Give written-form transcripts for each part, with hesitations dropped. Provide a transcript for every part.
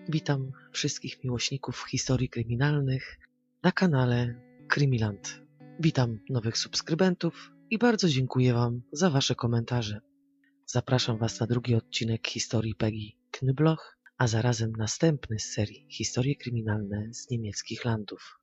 Witam wszystkich miłośników historii kryminalnych na kanale Krymiland. Witam nowych subskrybentów i bardzo dziękuję Wam za Wasze komentarze. Zapraszam Was na drugi odcinek historii Peggy Knüppelhoch, a zarazem następny z serii Historie kryminalne z niemieckich landów.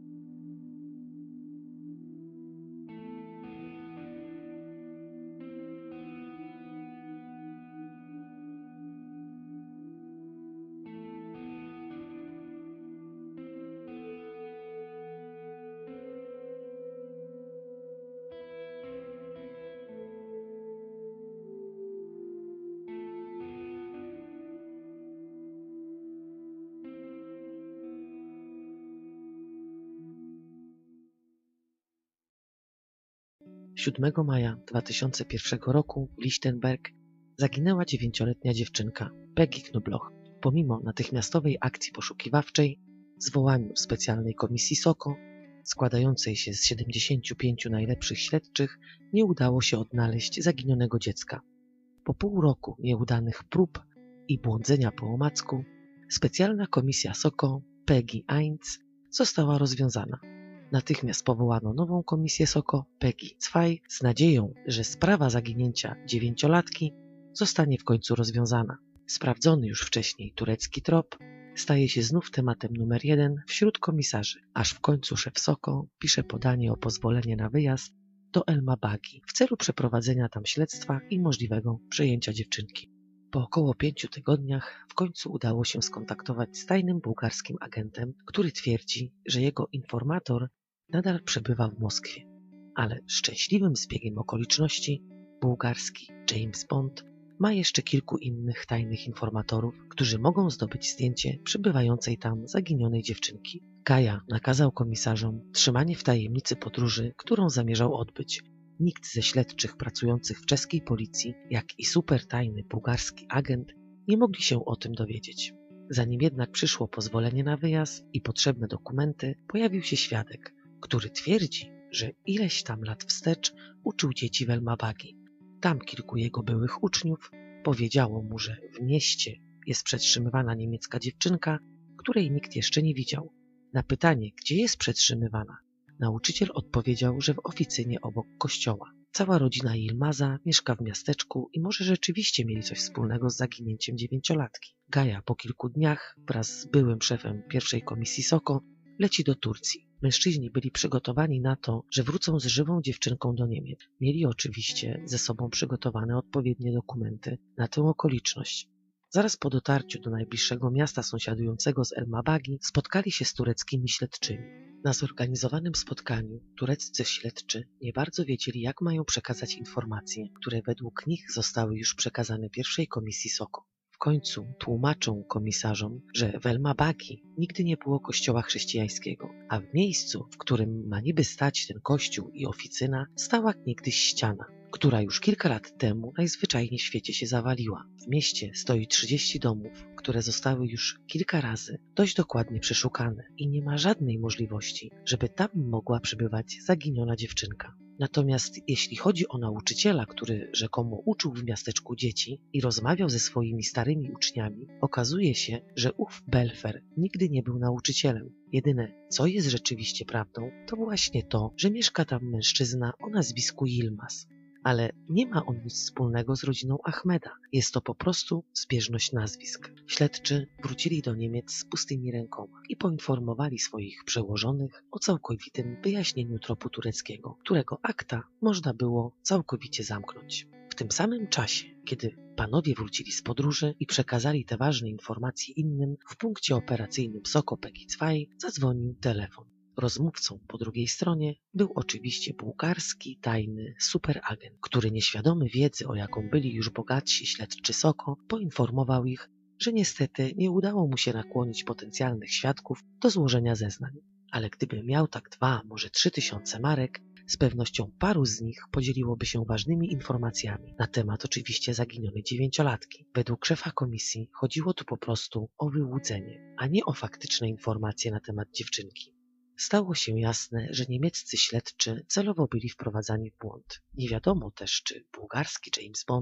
Siódmego maja 2001 roku w Lichtenberg zaginęła 9-letnia dziewczynka Peggy Knüppelhoch. Pomimo natychmiastowej akcji poszukiwawczej, zwołaniu specjalnej komisji SOKO, składającej się z 75 najlepszych śledczych, nie udało się odnaleźć zaginionego dziecka. Po pół roku nieudanych prób i błądzenia po omacku, specjalna komisja SOKO Peggy 1 została rozwiązana. Natychmiast powołano nową komisję SOKO Peggy 2 z nadzieją, że sprawa zaginięcia 9-latki zostanie w końcu rozwiązana. Sprawdzony już wcześniej turecki trop staje się znów tematem numer 1 wśród komisarzy, aż w końcu szef SOKO pisze podanie o pozwolenie na wyjazd do Elmabagi w celu przeprowadzenia tam śledztwa i możliwego przejęcia dziewczynki. Po około 5 tygodniach w końcu udało się skontaktować z tajnym bułgarskim agentem, który twierdzi, że jego informator nadal przebywa w Moskwie. Ale szczęśliwym zbiegiem okoliczności bułgarski James Bond ma jeszcze kilku innych tajnych informatorów, którzy mogą zdobyć zdjęcie przebywającej tam zaginionej dziewczynki. Gaja nakazał komisarzom trzymanie w tajemnicy podróży, którą zamierzał odbyć. Nikt ze śledczych pracujących w czeskiej policji, jak i supertajny bułgarski agent nie mogli się o tym dowiedzieć. Zanim jednak przyszło pozwolenie na wyjazd i potrzebne dokumenty, pojawił się świadek, który twierdzi, że ileś tam lat wstecz uczył dzieci w Elmabagi. Tam kilku jego byłych uczniów powiedziało mu, że w mieście jest przetrzymywana niemiecka dziewczynka, której nikt jeszcze nie widział. Na pytanie, gdzie jest przetrzymywana, nauczyciel odpowiedział, że w oficynie obok kościoła. Cała rodzina Yilmaza mieszka w miasteczku i może rzeczywiście mieli coś wspólnego z zaginięciem 9-latki. Gaja po kilku dniach wraz z byłym szefem pierwszej komisji SOKO leci do Turcji. Mężczyźni byli przygotowani na to, że wrócą z żywą dziewczynką do Niemiec. Mieli oczywiście ze sobą przygotowane odpowiednie dokumenty na tę okoliczność. Zaraz po dotarciu do najbliższego miasta sąsiadującego z Elmabagi spotkali się z tureckimi śledczymi. Na zorganizowanym spotkaniu tureccy śledczy nie bardzo wiedzieli, jak mają przekazać informacje, które według nich zostały już przekazane pierwszej komisji SOKO. W końcu tłumaczą komisarzom, że w Elmabagi nigdy nie było kościoła chrześcijańskiego, a w miejscu, w którym ma niby stać ten kościół i oficyna, stała niegdyś ściana, która już kilka lat temu najzwyczajniej w świecie się zawaliła. W mieście stoi 30 domów, które zostały już kilka razy dość dokładnie przeszukane i nie ma żadnej możliwości, żeby tam mogła przebywać zaginiona dziewczynka. Natomiast jeśli chodzi o nauczyciela, który rzekomo uczył w miasteczku dzieci i rozmawiał ze swoimi starymi uczniami, okazuje się, że ów Belfer nigdy nie był nauczycielem. Jedyne, co jest rzeczywiście prawdą, to właśnie to, że mieszka tam mężczyzna o nazwisku Yilmaz. Ale nie ma on nic wspólnego z rodziną Ahmeda. Jest to po prostu zbieżność nazwisk. Śledczy wrócili do Niemiec z pustymi rękoma i poinformowali swoich przełożonych o całkowitym wyjaśnieniu tropu tureckiego, którego akta można było całkowicie zamknąć. W tym samym czasie, kiedy panowie wrócili z podróży i przekazali te ważne informacje innym, w punkcie operacyjnym SOKO Peggy 2 zadzwonił telefon. Rozmówcą po drugiej stronie był oczywiście bułgarski, tajny superagent, który nieświadomy wiedzy, o jaką byli już bogatsi śledczy SOKO, poinformował ich, że niestety nie udało mu się nakłonić potencjalnych świadków do złożenia zeznań. Ale gdyby miał tak 2, może 3 tysiące marek, z pewnością paru z nich podzieliłoby się ważnymi informacjami na temat oczywiście zaginionej 9-latki. Według szefa komisji chodziło tu po prostu o wyłudzenie, a nie o faktyczne informacje na temat dziewczynki. Stało się jasne, że niemieccy śledczy celowo byli wprowadzani w błąd. Nie wiadomo też, czy bułgarski James Bond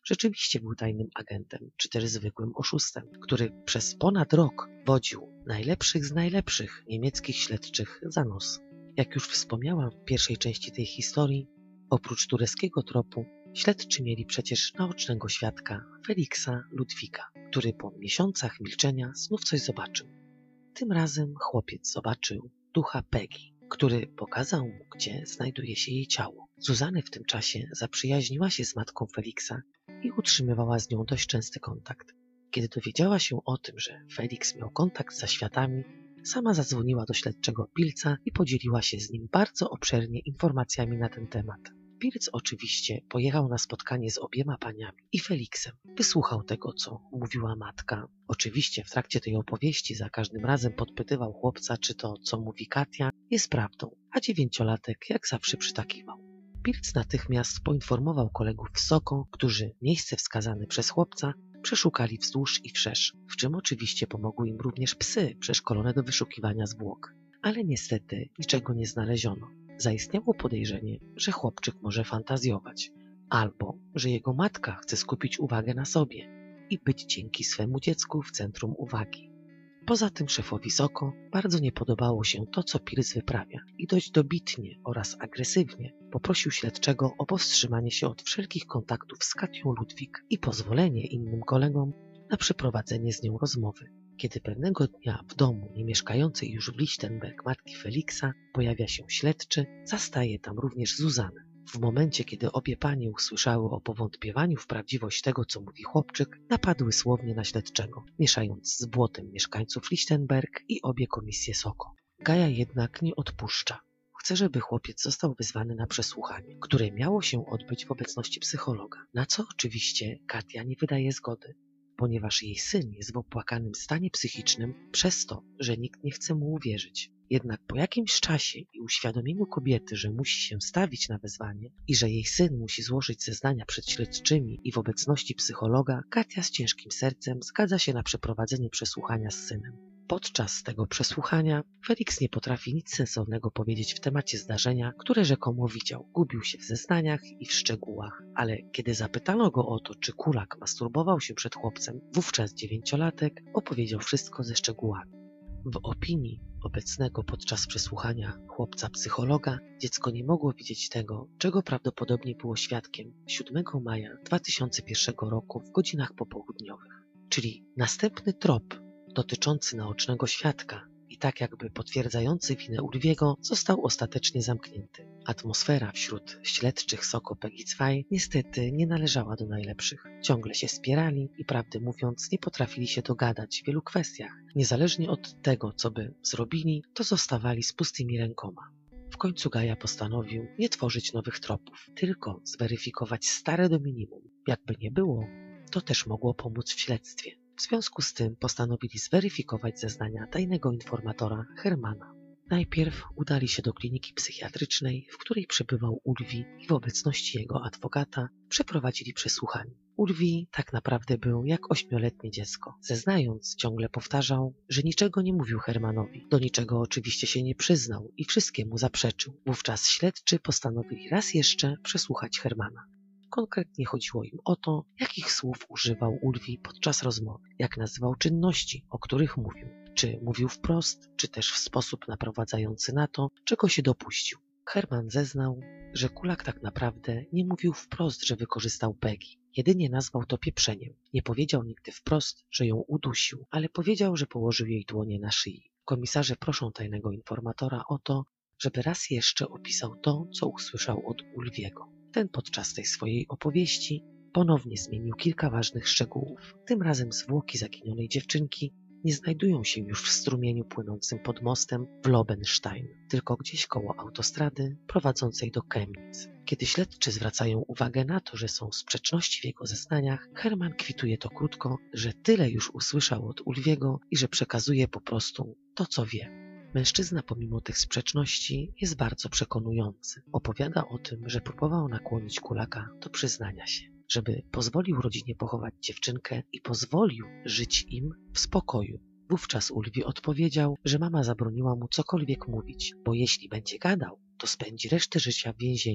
rzeczywiście był tajnym agentem, czy też zwykłym oszustem, który przez ponad rok wodził najlepszych z najlepszych niemieckich śledczych za nos. Jak już wspomniałam w pierwszej części tej historii, oprócz tureckiego tropu, śledczy mieli przecież naocznego świadka Feliksa Ludwika, który po miesiącach milczenia znów coś zobaczył. Tym razem chłopiec zobaczył ducha Peggy, który pokazał mu, gdzie znajduje się jej ciało. Zuzanna w tym czasie zaprzyjaźniła się z matką Feliksa i utrzymywała z nią dość częsty kontakt. Kiedy dowiedziała się o tym, że Feliks miał kontakt ze światami, sama zadzwoniła do śledczego Pilca i podzieliła się z nim bardzo obszernie informacjami na ten temat. Pilc oczywiście pojechał na spotkanie z obiema paniami i Feliksem. Wysłuchał tego, co mówiła matka. Oczywiście w trakcie tej opowieści za każdym razem podpytywał chłopca, czy to, co mówi Katia, jest prawdą, a 9-latek jak zawsze przytakiwał. Pilc natychmiast poinformował kolegów w Soko, którzy miejsce wskazane przez chłopca przeszukali wzdłuż i wszerz, w czym oczywiście pomogły im również psy przeszkolone do wyszukiwania zwłok. Ale niestety niczego nie znaleziono. Zaistniało podejrzenie, że chłopczyk może fantazjować, albo że jego matka chce skupić uwagę na sobie i być dzięki swemu dziecku w centrum uwagi. Poza tym szefowi Soko bardzo nie podobało się to, co Pilc wyprawia i dość dobitnie oraz agresywnie poprosił śledczego o powstrzymanie się od wszelkich kontaktów z Katią Ludwik i pozwolenie innym kolegom na przeprowadzenie z nią rozmowy. Kiedy pewnego dnia w domu nie mieszkającej już w Lichtenberg matki Feliksa pojawia się śledczy, zastaje tam również Zuzannę. W momencie, kiedy obie panie usłyszały o powątpiewaniu w prawdziwość tego, co mówi chłopczyk, napadły słownie na śledczego, mieszając z błotem mieszkańców Lichtenberg i obie komisje Soko. Gaja jednak nie odpuszcza. Chce, żeby chłopiec został wezwany na przesłuchanie, które miało się odbyć w obecności psychologa, na co oczywiście Katia nie wydaje zgody, ponieważ jej syn jest w opłakanym stanie psychicznym przez to, że nikt nie chce mu uwierzyć. Jednak po jakimś czasie i uświadomieniu kobiety, że musi się stawić na wezwanie i że jej syn musi złożyć zeznania przed śledczymi i w obecności psychologa, Katia z ciężkim sercem zgadza się na przeprowadzenie przesłuchania z synem. Podczas tego przesłuchania Feliks nie potrafi nic sensownego powiedzieć w temacie zdarzenia, które rzekomo widział. Gubił się w zeznaniach i w szczegółach, ale kiedy zapytano go o to, czy Kulak masturbował się przed chłopcem, wówczas 9-latek opowiedział wszystko ze szczegółami. W opinii obecnego podczas przesłuchania chłopca psychologa dziecko nie mogło widzieć tego, czego prawdopodobnie było świadkiem 7 maja 2001 roku w godzinach popołudniowych. Czyli następny trop dotyczący naocznego świadka i tak jakby potwierdzający winę Ulwiego został ostatecznie zamknięty. Atmosfera wśród śledczych Soko Peggy 2 niestety nie należała do najlepszych. Ciągle się spierali i prawdę mówiąc nie potrafili się dogadać w wielu kwestiach. Niezależnie od tego, co by zrobili, to zostawali z pustymi rękoma. W końcu Gaja postanowił nie tworzyć nowych tropów, tylko zweryfikować stare do minimum. Jakby nie było, to też mogło pomóc w śledztwie. W związku z tym postanowili zweryfikować zeznania tajnego informatora Hermana. Najpierw udali się do kliniki psychiatrycznej, w której przebywał Ulwi i w obecności jego adwokata przeprowadzili przesłuchanie. Ulwi tak naprawdę był jak 8-letnie dziecko. Zeznając, ciągle powtarzał, że niczego nie mówił Hermanowi. Do niczego oczywiście się nie przyznał i wszystkiemu zaprzeczył. Wówczas śledczy postanowili raz jeszcze przesłuchać Hermana. Konkretnie chodziło im o to, jakich słów używał Ulwi podczas rozmowy, jak nazywał czynności, o których mówił. Czy mówił wprost, czy też w sposób naprowadzający na to, czego się dopuścił. Herman zeznał, że Kulak tak naprawdę nie mówił wprost, że wykorzystał Peggy. Jedynie nazwał to pieprzeniem. Nie powiedział nigdy wprost, że ją udusił, ale powiedział, że położył jej dłonie na szyi. Komisarze proszą tajnego informatora o to, żeby raz jeszcze opisał to, co usłyszał od Ulwiego. Ten podczas tej swojej opowieści ponownie zmienił kilka ważnych szczegółów. Tym razem zwłoki zaginionej dziewczynki nie znajdują się już w strumieniu płynącym pod mostem w Lobenstein, tylko gdzieś koło autostrady prowadzącej do Chemnitz. Kiedy śledczy zwracają uwagę na to, że są sprzeczności w jego zeznaniach, Herman kwituje to krótko, że tyle już usłyszał od Ulwiego i że przekazuje po prostu to, co wie. Mężczyzna pomimo tych sprzeczności jest bardzo przekonujący. Opowiada o tym, że próbował nakłonić Kulaka do przyznania się, żeby pozwolił rodzinie pochować dziewczynkę i pozwolił żyć im w spokoju. Wówczas Ulwi odpowiedział, że mama zabroniła mu cokolwiek mówić, bo jeśli będzie gadał, to spędzi resztę życia w więzieniu.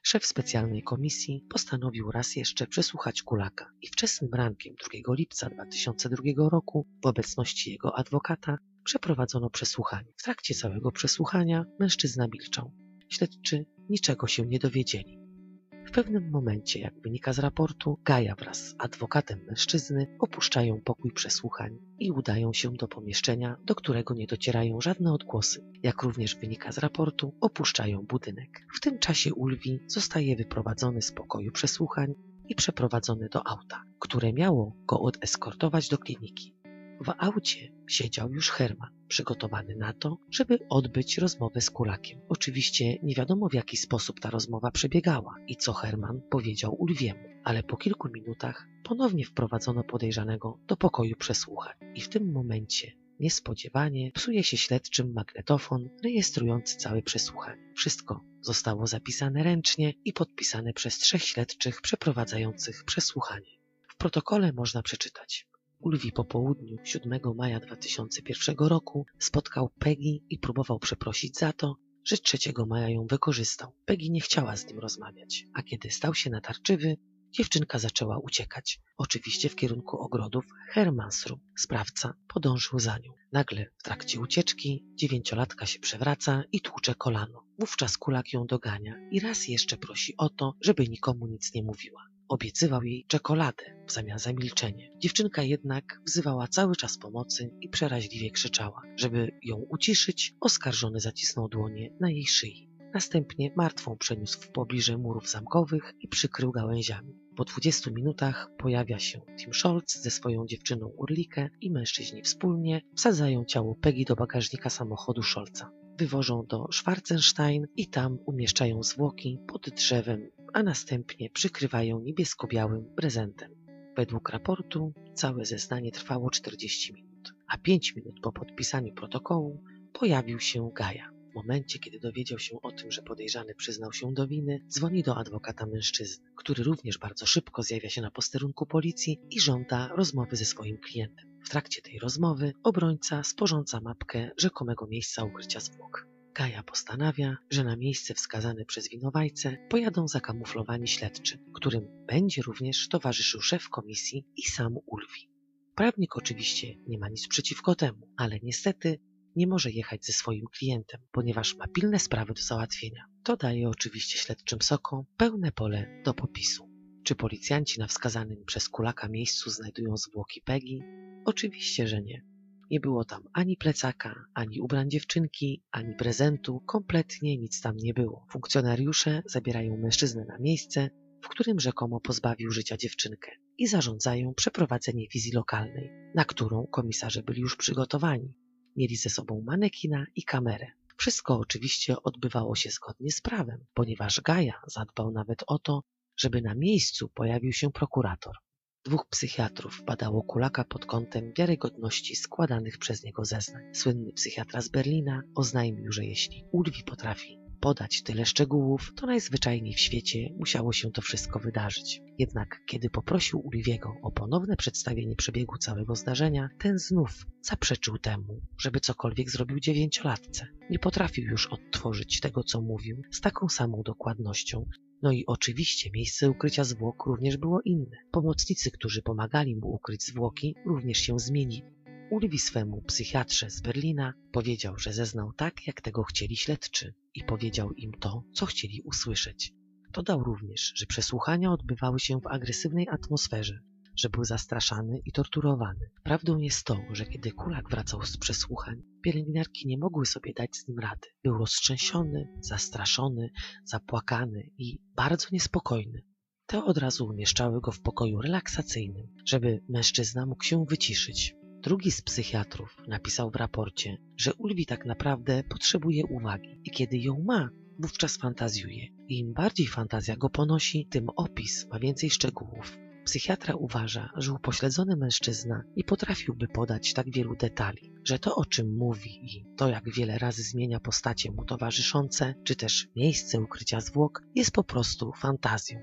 Szef specjalnej komisji postanowił raz jeszcze przesłuchać Kulaka i wczesnym rankiem 2 lipca 2002 roku w obecności jego adwokata przeprowadzono przesłuchanie. W trakcie całego przesłuchania mężczyzna milczał. Śledczy niczego się nie dowiedzieli. W pewnym momencie, jak wynika z raportu, Gaja wraz z adwokatem mężczyzny opuszczają pokój przesłuchań i udają się do pomieszczenia, do którego nie docierają żadne odgłosy. Jak również wynika z raportu, opuszczają budynek. W tym czasie Ulwi zostaje wyprowadzony z pokoju przesłuchań i przeprowadzony do auta, które miało go odeskortować do kliniki. W aucie siedział już Herman, przygotowany na to, żeby odbyć rozmowę z Kulakiem. Oczywiście nie wiadomo, w jaki sposób ta rozmowa przebiegała i co Herman powiedział Ulwiemu, ale po kilku minutach ponownie wprowadzono podejrzanego do pokoju przesłuchań. I w tym momencie niespodziewanie psuje się śledczym magnetofon rejestrujący całe przesłuchanie. Wszystko zostało zapisane ręcznie i podpisane przez 3 śledczych przeprowadzających przesłuchanie. W protokole można przeczytać: Ulwi po południu 7 maja 2001 roku spotkał Peggy i próbował przeprosić za to, że 3 maja ją wykorzystał. Peggy nie chciała z nim rozmawiać, a kiedy stał się natarczywy, dziewczynka zaczęła uciekać. Oczywiście w kierunku ogrodów Hermansrum. Sprawca podążył za nią. Nagle w trakcie ucieczki 9-latka się przewraca i tłucze kolano. Wówczas Kulak ją dogania i raz jeszcze prosi o to, żeby nikomu nic nie mówiła. Obiecywał jej czekoladę w zamian za milczenie. Dziewczynka jednak wzywała cały czas pomocy i przeraźliwie krzyczała. Żeby ją uciszyć, oskarżony zacisnął dłonie na jej szyi. Następnie martwą przeniósł w pobliże murów zamkowych i przykrył gałęziami. Po 20 minutach pojawia się Tim Scholz ze swoją dziewczyną Urlikę i mężczyźni wspólnie wsadzają ciało Peggy do bagażnika samochodu Scholza. Wywożą do Schwarzenstein i tam umieszczają zwłoki pod drzewem, a następnie przykrywają niebiesko-białym prezentem. Według raportu całe zeznanie trwało 40 minut, a 5 minut po podpisaniu protokołu pojawił się Gaja. W momencie, kiedy dowiedział się o tym, że podejrzany przyznał się do winy, dzwoni do adwokata mężczyzny, który również bardzo szybko zjawia się na posterunku policji i żąda rozmowy ze swoim klientem. W trakcie tej rozmowy obrońca sporządza mapkę rzekomego miejsca ukrycia zwłok. Gaja postanawia, że na miejsce wskazane przez winowajcę pojadą zakamuflowani śledczy, którym będzie również towarzyszył szef komisji i sam Ulwi. Prawnik oczywiście nie ma nic przeciwko temu, ale niestety nie może jechać ze swoim klientem, ponieważ ma pilne sprawy do załatwienia. To daje oczywiście śledczym Soko pełne pole do popisu. Czy policjanci na wskazanym przez Kulaka miejscu znajdują zwłoki Peggy? Oczywiście, że nie. Nie było tam ani plecaka, ani ubrań dziewczynki, ani prezentu, kompletnie nic tam nie było. Funkcjonariusze zabierają mężczyznę na miejsce, w którym rzekomo pozbawił życia dziewczynkę i zarządzają przeprowadzenie wizji lokalnej, na którą komisarze byli już przygotowani. Mieli ze sobą manekina i kamerę. Wszystko oczywiście odbywało się zgodnie z prawem, ponieważ Gaja zadbał nawet o to, żeby na miejscu pojawił się prokurator. 2 psychiatrów badało Kulaka pod kątem wiarygodności składanych przez niego zeznań. Słynny psychiatra z Berlina oznajmił, że jeśli Ulwi potrafi podać tyle szczegółów, to najzwyczajniej w świecie musiało się to wszystko wydarzyć. Jednak kiedy poprosił Ulwiego o ponowne przedstawienie przebiegu całego zdarzenia, ten znów zaprzeczył temu, żeby cokolwiek zrobił 9-latce. Nie potrafił już odtworzyć tego, co mówił, z taką samą dokładnością. No i oczywiście miejsce ukrycia zwłok również było inne. Pomocnicy, którzy pomagali mu ukryć zwłoki, również się zmienili. Ulwi swemu psychiatrze z Berlina powiedział, że zeznał tak, jak tego chcieli śledczy i powiedział im to, co chcieli usłyszeć. Dodał również, że przesłuchania odbywały się w agresywnej atmosferze, że był zastraszany i torturowany. Prawdą jest to, że kiedy Kulak wracał z przesłuchań, pielęgniarki nie mogły sobie dać z nim rady. Był roztrzęsiony, zastraszony, zapłakany i bardzo niespokojny. Te od razu umieszczały go w pokoju relaksacyjnym, żeby mężczyzna mógł się wyciszyć. Drugi z psychiatrów napisał w raporcie, że Ulwi tak naprawdę potrzebuje uwagi i kiedy ją ma, wówczas fantazjuje. I im bardziej fantazja go ponosi, tym opis ma więcej szczegółów. Psychiatra uważa, że upośledzony mężczyzna nie potrafiłby podać tak wielu detali, że to, o czym mówi i to, jak wiele razy zmienia postacie mu towarzyszące, czy też miejsce ukrycia zwłok, jest po prostu fantazją.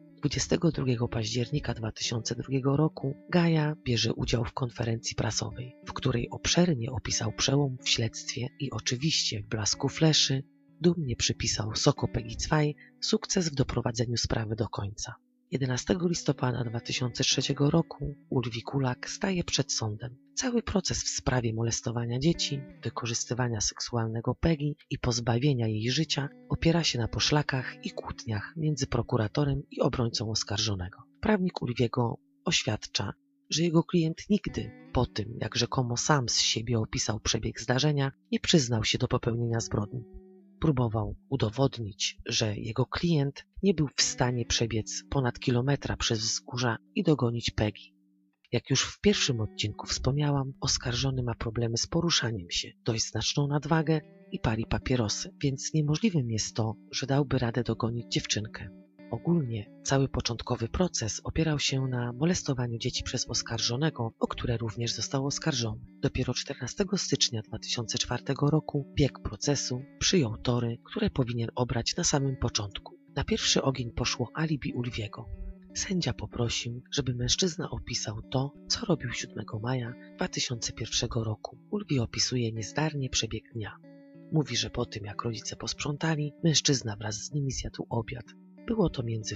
22 października 2002 roku Gaja bierze udział w konferencji prasowej, w której obszernie opisał przełom w śledztwie i oczywiście w blasku fleszy dumnie przypisał Soko Peggy 2 sukces w doprowadzeniu sprawy do końca. 11 listopada 2003 roku Ulvi Kulak staje przed sądem. Cały proces w sprawie molestowania dzieci, wykorzystywania seksualnego Peggy i pozbawienia jej życia opiera się na poszlakach i kłótniach między prokuratorem i obrońcą oskarżonego. Prawnik Ulviego oświadcza, że jego klient nigdy po tym, jak rzekomo sam z siebie opisał przebieg zdarzenia, nie przyznał się do popełnienia zbrodni. Próbował udowodnić, że jego klient nie był w stanie przebiec ponad kilometra przez wzgórza i dogonić Peggy. Jak już w pierwszym odcinku wspomniałam, oskarżony ma problemy z poruszaniem się, dość znaczną nadwagę i pali papierosy, więc niemożliwym jest to, że dałby radę dogonić dziewczynkę. Ogólnie cały początkowy proces opierał się na molestowaniu dzieci przez oskarżonego, o które również został oskarżony. Dopiero 14 stycznia 2004 roku bieg procesu przyjął tory, które powinien obrać na samym początku. Na pierwszy ogień poszło alibi Ulviego. Sędzia poprosił, żeby mężczyzna opisał to, co robił 7 maja 2001 roku. Ulvi opisuje niezdarnie przebieg dnia. Mówi, że po tym, jak rodzice posprzątali, mężczyzna wraz z nimi zjadł obiad. Było to między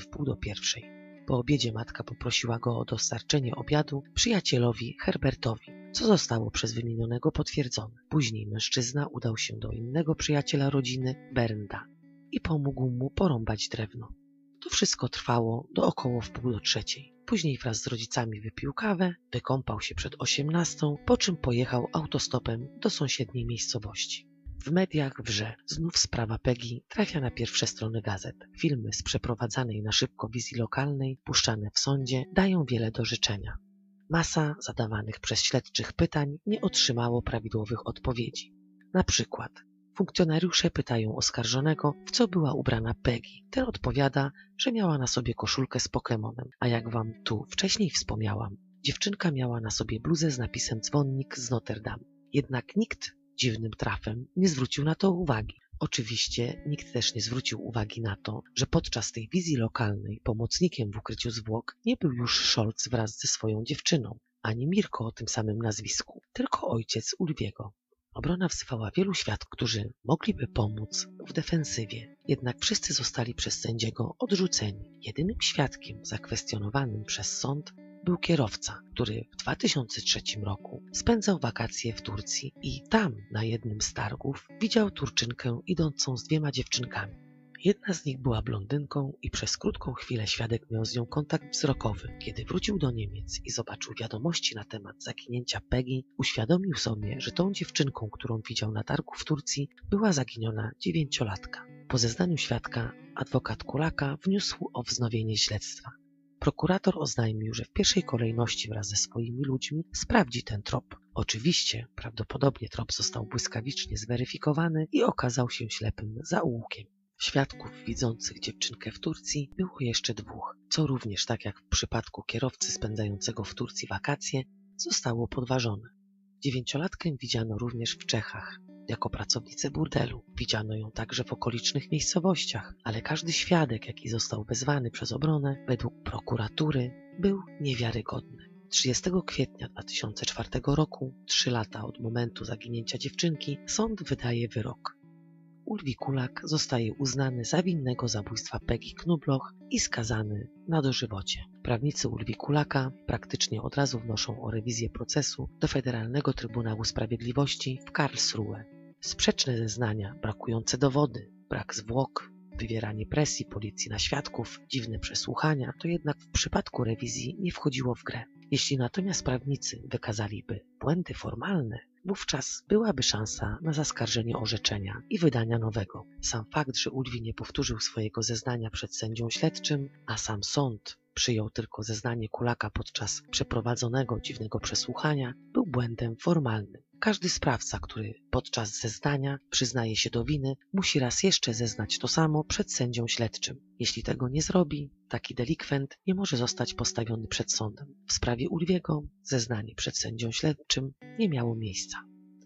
12:30. Po obiedzie matka poprosiła go o dostarczenie obiadu przyjacielowi Herbertowi, co zostało przez wymienionego potwierdzone. Później mężczyzna udał się do innego przyjaciela rodziny, Bernda, i pomógł mu porąbać drewno. To wszystko trwało do około 2:30. Później wraz z rodzicami wypił kawę, wykąpał się przed 18:00, po czym pojechał autostopem do sąsiedniej miejscowości. W mediach wrze. Znów sprawa Peggy trafia na pierwsze strony gazet. Filmy z przeprowadzanej na szybko wizji lokalnej, puszczane w sądzie, dają wiele do życzenia. Masa zadawanych przez śledczych pytań nie otrzymało prawidłowych odpowiedzi. Na przykład funkcjonariusze pytają oskarżonego, w co była ubrana Peggy. Ten odpowiada, że miała na sobie koszulkę z Pokemonem, a jak wam tu wcześniej wspomniałam, dziewczynka miała na sobie bluzę z napisem Dzwonnik z Notre Dame. Jednak nikt dziwnym trafem nie zwrócił na to uwagi. Oczywiście nikt też nie zwrócił uwagi na to, że podczas tej wizji lokalnej pomocnikiem w ukryciu zwłok nie był już Scholz wraz ze swoją dziewczyną, ani Mirko o tym samym nazwisku, tylko ojciec Ulviego. Obrona wzywała wielu świadków, którzy mogliby pomóc w defensywie, jednak wszyscy zostali przez sędziego odrzuceni. Jedynym świadkiem zakwestionowanym przez sąd był kierowca, który w 2003 roku spędzał wakacje w Turcji i tam na jednym z targów widział Turczynkę idącą z 2 dziewczynkami. Jedna z nich była blondynką i przez krótką chwilę świadek miał z nią kontakt wzrokowy. Kiedy wrócił do Niemiec i zobaczył wiadomości na temat zaginięcia Peggy, uświadomił sobie, że tą dziewczynką, którą widział na targu w Turcji, była zaginiona 9-latka. Po zeznaniu świadka adwokat Kulaka wniósł o wznowienie śledztwa. Prokurator oznajmił, że w pierwszej kolejności wraz ze swoimi ludźmi sprawdzi ten trop. Oczywiście, prawdopodobnie trop został błyskawicznie zweryfikowany i okazał się ślepym zaułkiem. Świadków widzących dziewczynkę w Turcji było jeszcze 2, co również, tak jak w przypadku kierowcy spędzającego w Turcji wakacje, zostało podważone. 9-latkę widziano również w Czechach. Jako pracownicę burdelu. Widziano ją także w okolicznych miejscowościach, ale każdy świadek, jaki został wezwany przez obronę, według prokuratury, był niewiarygodny. 30 kwietnia 2004 roku, 3 lata od momentu zaginięcia dziewczynki, sąd wydaje wyrok. Ulvi Kulak zostaje uznany za winnego zabójstwa Peggy Knubloch i skazany na dożywocie. Prawnicy Ulvi Kulaka praktycznie od razu wnoszą o rewizję procesu do Federalnego Trybunału Sprawiedliwości w Karlsruhe. Sprzeczne zeznania, brakujące dowody, brak zwłok, wywieranie presji policji na świadków, dziwne przesłuchania, to jednak w przypadku rewizji nie wchodziło w grę. Jeśli natomiast prawnicy wykazaliby błędy formalne, wówczas byłaby szansa na zaskarżenie orzeczenia i wydania nowego. Sam fakt, że Ulvi nie powtórzył swojego zeznania przed sędzią śledczym, a sam sąd przyjął tylko zeznanie Kulaka podczas przeprowadzonego dziwnego przesłuchania, był błędem formalnym. Każdy sprawca, który podczas zeznania przyznaje się do winy, musi raz jeszcze zeznać to samo przed sędzią śledczym. Jeśli tego nie zrobi, taki delikwent nie może zostać postawiony przed sądem. W sprawie Ulviego zeznanie przed sędzią śledczym nie miało miejsca.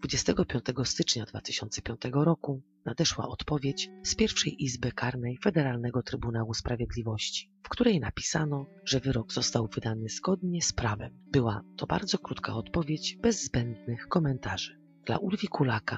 25 stycznia 2005 roku nadeszła odpowiedź z pierwszej Izby Karnej Federalnego Trybunału Sprawiedliwości, w której napisano, że wyrok został wydany zgodnie z prawem. Była to bardzo krótka odpowiedź bez zbędnych komentarzy. Dla Ulvi Kulaka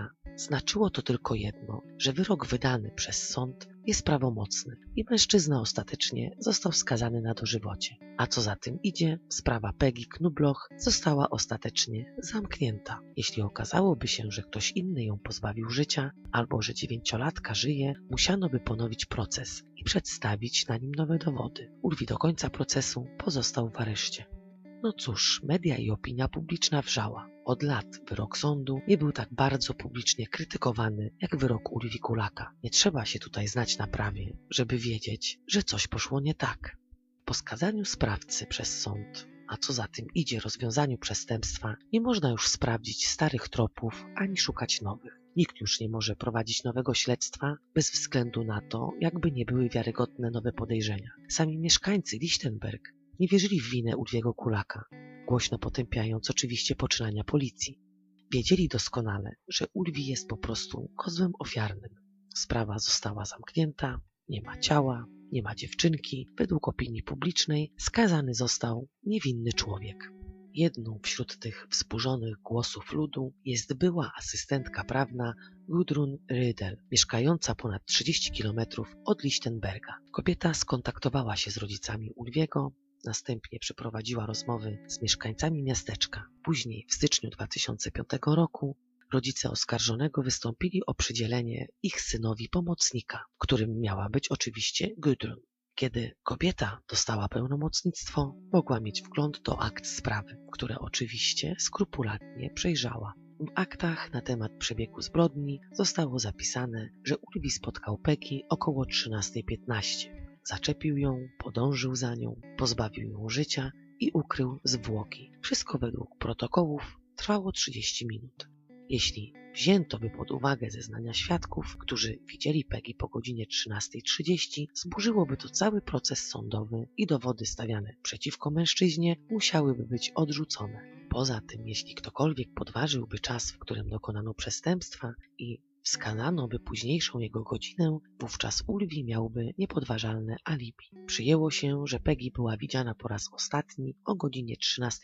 Znaczyło to tylko jedno, że wyrok wydany przez sąd jest prawomocny i mężczyzna ostatecznie został skazany na dożywocie. A co za tym idzie, sprawa Peggy Knubloch została ostatecznie zamknięta. Jeśli okazałoby się, że ktoś inny ją pozbawił życia, albo że 9-latka żyje, musiano by ponowić proces i przedstawić na nim nowe dowody. Ulwi do końca procesu pozostał w areszcie. No cóż, media i opinia publiczna wrzała. Od lat wyrok sądu nie był tak bardzo publicznie krytykowany jak wyrok Ulwi Kulaka. Nie trzeba się tutaj znać na prawie, żeby wiedzieć, że coś poszło nie tak. Po skazaniu sprawcy przez sąd, a co za tym idzie rozwiązaniu przestępstwa, nie można już sprawdzić starych tropów ani szukać nowych. Nikt już nie może prowadzić nowego śledztwa bez względu na to, jakby nie były wiarygodne nowe podejrzenia. Sami mieszkańcy Lichtenberg nie wierzyli w winę Ulwiego Kulaka, głośno potępiając oczywiście poczynania policji. Wiedzieli doskonale, że Ulwi jest po prostu kozłem ofiarnym. Sprawa została zamknięta, nie ma ciała, nie ma dziewczynki. Według opinii publicznej skazany został niewinny człowiek. Jedną wśród tych wzburzonych głosów ludu jest była asystentka prawna Gudrun Rydel, mieszkająca ponad 30 km od Lichtenberga. Kobieta skontaktowała się z rodzicami Ulwiego, następnie przeprowadziła rozmowy z mieszkańcami miasteczka. Później, w styczniu 2005 roku, rodzice oskarżonego wystąpili o przydzielenie ich synowi pomocnika, którym miała być oczywiście Gudrun. Kiedy kobieta dostała pełnomocnictwo, mogła mieć wgląd do akt sprawy, które oczywiście skrupulatnie przejrzała. W aktach na temat przebiegu zbrodni zostało zapisane, że Ulwi spotkał Peggy około 13:15. Zaczepił ją, podążył za nią, pozbawił ją życia i ukrył zwłoki. Wszystko według protokołów trwało 30 minut. Jeśli wzięto by pod uwagę zeznania świadków, którzy widzieli Peggy po godzinie 13:30, zburzyłoby to cały proces sądowy i dowody stawiane przeciwko mężczyźnie musiałyby być odrzucone. Poza tym, jeśli ktokolwiek podważyłby czas, w którym dokonano przestępstwa i wskazano by późniejszą jego godzinę, wówczas Ulwi miałby niepodważalne alibi. Przyjęło się, że Peggy była widziana po raz ostatni o godzinie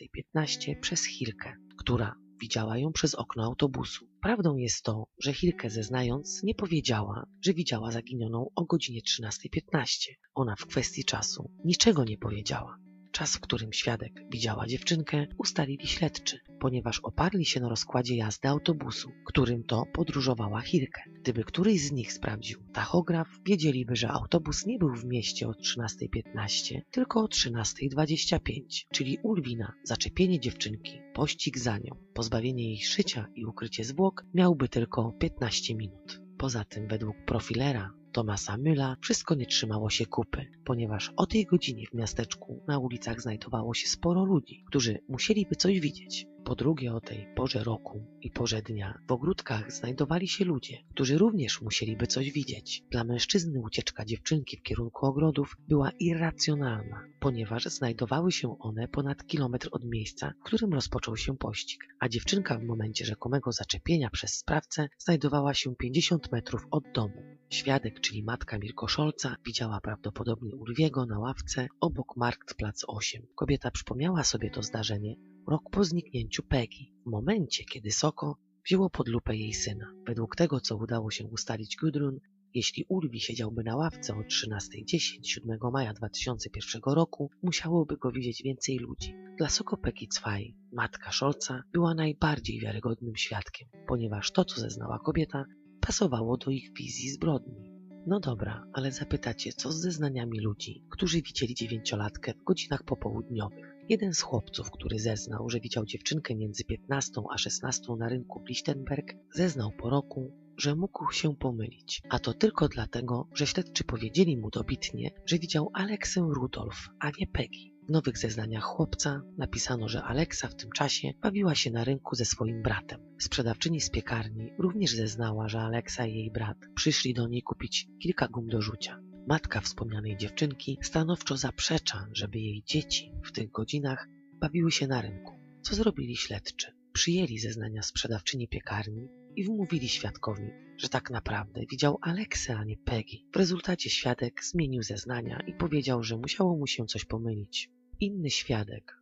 13:15 przez Hilkę, która widziała ją przez okno autobusu. Prawdą jest to, że Hilke zeznając nie powiedziała, że widziała zaginioną o godzinie 13:15. Ona w kwestii czasu niczego nie powiedziała. Czas, w którym świadek widziała dziewczynkę, ustalili śledczy, ponieważ oparli się na rozkładzie jazdy autobusu, którym to podróżowała Hilke. Gdyby któryś z nich sprawdził tachograf, wiedzieliby, że autobus nie był w mieście o 13:15, tylko o 13:25, czyli Ulwina, zaczepienie dziewczynki, pościg za nią, pozbawienie jej życia i ukrycie zwłok miałby tylko 15 minut. Poza tym według profilera Thomasa Mülla wszystko nie trzymało się kupy, ponieważ o tej godzinie w miasteczku na ulicach znajdowało się sporo ludzi, którzy musieliby coś widzieć. Po drugie, o tej porze roku i porze dnia w ogródkach znajdowali się ludzie, którzy również musieliby coś widzieć. Dla mężczyzny ucieczka dziewczynki w kierunku ogrodów była irracjonalna, ponieważ znajdowały się one ponad kilometr od miejsca, w którym rozpoczął się pościg, a dziewczynka w momencie rzekomego zaczepienia przez sprawcę znajdowała się 50 metrów od domu. Świadek, czyli matka Mirko Scholza, widziała prawdopodobnie Ulwiego na ławce obok Marktplatz 8. Kobieta przypomniała sobie to zdarzenie rok po zniknięciu Peggy, w momencie, kiedy Soko wzięło pod lupę jej syna. Według tego, co udało się ustalić Gudrun, jeśli Ulwi siedziałby na ławce o 13:10 7 maja 2001 roku, musiałoby go widzieć więcej ludzi. Dla Soko Peggy Zwei, matka Scholza, była najbardziej wiarygodnym świadkiem, ponieważ to, co zeznała kobieta, pasowało do ich wizji zbrodni. No dobra, ale zapytacie, co z zeznaniami ludzi, którzy widzieli 9-latkę w godzinach popołudniowych? Jeden z chłopców, który zeznał, że widział dziewczynkę między 15 a 16 na rynku w Lichtenberg, zeznał po roku, że mógł się pomylić. A to tylko dlatego, że śledczy powiedzieli mu dobitnie, że widział Aleksę Rudolf, a nie Peggy. W nowych zeznaniach chłopca napisano, że Aleksa w tym czasie bawiła się na rynku ze swoim bratem. Sprzedawczyni z piekarni również zeznała, że Aleksa i jej brat przyszli do niej kupić kilka gum do rzucia. Matka wspomnianej dziewczynki stanowczo zaprzecza, żeby jej dzieci w tych godzinach bawiły się na rynku. Co zrobili śledczy? Przyjęli zeznania sprzedawczyni piekarni i wmówili świadkowi, że tak naprawdę widział Aleksę, a nie Peggy. W rezultacie świadek zmienił zeznania i powiedział, że musiało mu się coś pomylić. Inny świadek,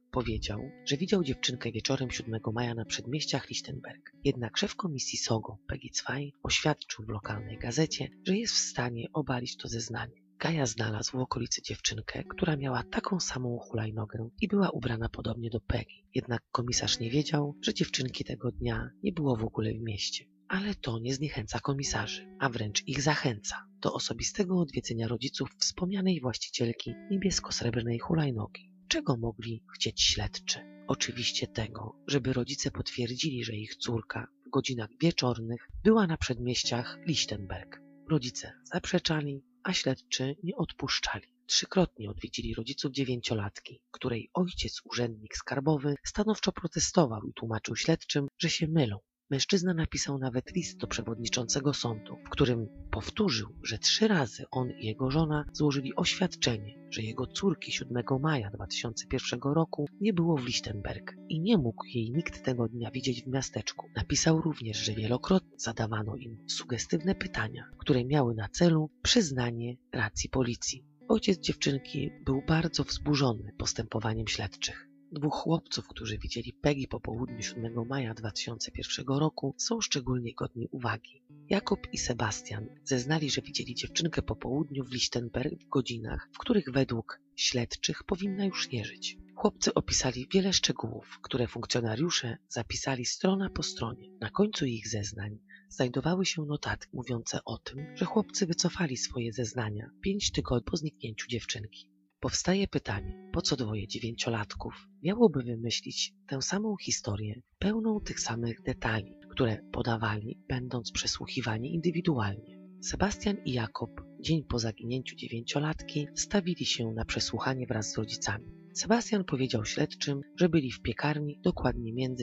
powiedział, że widział dziewczynkę wieczorem 7 maja na przedmieściach Lichtenberg. Jednak szef komisji SOGO, Peggy Zwei, oświadczył w lokalnej gazecie, że jest w stanie obalić to zeznanie. Gaja znalazł w okolicy dziewczynkę, która miała taką samą hulajnogę i była ubrana podobnie do Peggy. Jednak komisarz nie wiedział, że dziewczynki tego dnia nie było w ogóle w mieście. Ale to nie zniechęca komisarzy, a wręcz ich zachęca do osobistego odwiedzenia rodziców wspomnianej właścicielki niebiesko-srebrnej hulajnogi. Czego mogli chcieć śledczy? Oczywiście tego, żeby rodzice potwierdzili, że ich córka w godzinach wieczornych była na przedmieściach Lichtenberg. Rodzice zaprzeczali, a śledczy nie odpuszczali. 3-krotnie odwiedzili rodziców 9-latki, której ojciec, urzędnik skarbowy, stanowczo protestował i tłumaczył śledczym, że się mylą. Mężczyzna napisał nawet list do przewodniczącego sądu, w którym powtórzył, że 3 razy on i jego żona złożyli oświadczenie, że jego córki 7 maja 2001 roku nie było w Lichtenberg i nie mógł jej nikt tego dnia widzieć w miasteczku. Napisał również, że wielokrotnie zadawano im sugestywne pytania, które miały na celu przyznanie racji policji. Ojciec dziewczynki był bardzo wzburzony postępowaniem śledczych. 2 chłopców, którzy widzieli Peggy po południu 7 maja 2001 roku, są szczególnie godni uwagi. Jakub i Sebastian zeznali, że widzieli dziewczynkę po południu w Lichtenberg w godzinach, w których według śledczych powinna już nie żyć. Chłopcy opisali wiele szczegółów, które funkcjonariusze zapisali strona po stronie. Na końcu ich zeznań znajdowały się notatki mówiące o tym, że chłopcy wycofali swoje zeznania 5 tygodni po zniknięciu dziewczynki. Powstaje pytanie, po co 2 9-latków miałoby wymyślić tę samą historię, pełną tych samych detali, które podawali, będąc przesłuchiwani indywidualnie. Sebastian i Jakub dzień po zaginięciu 9-latki stawili się na przesłuchanie wraz z rodzicami. Sebastian powiedział śledczym, że byli w piekarni dokładnie między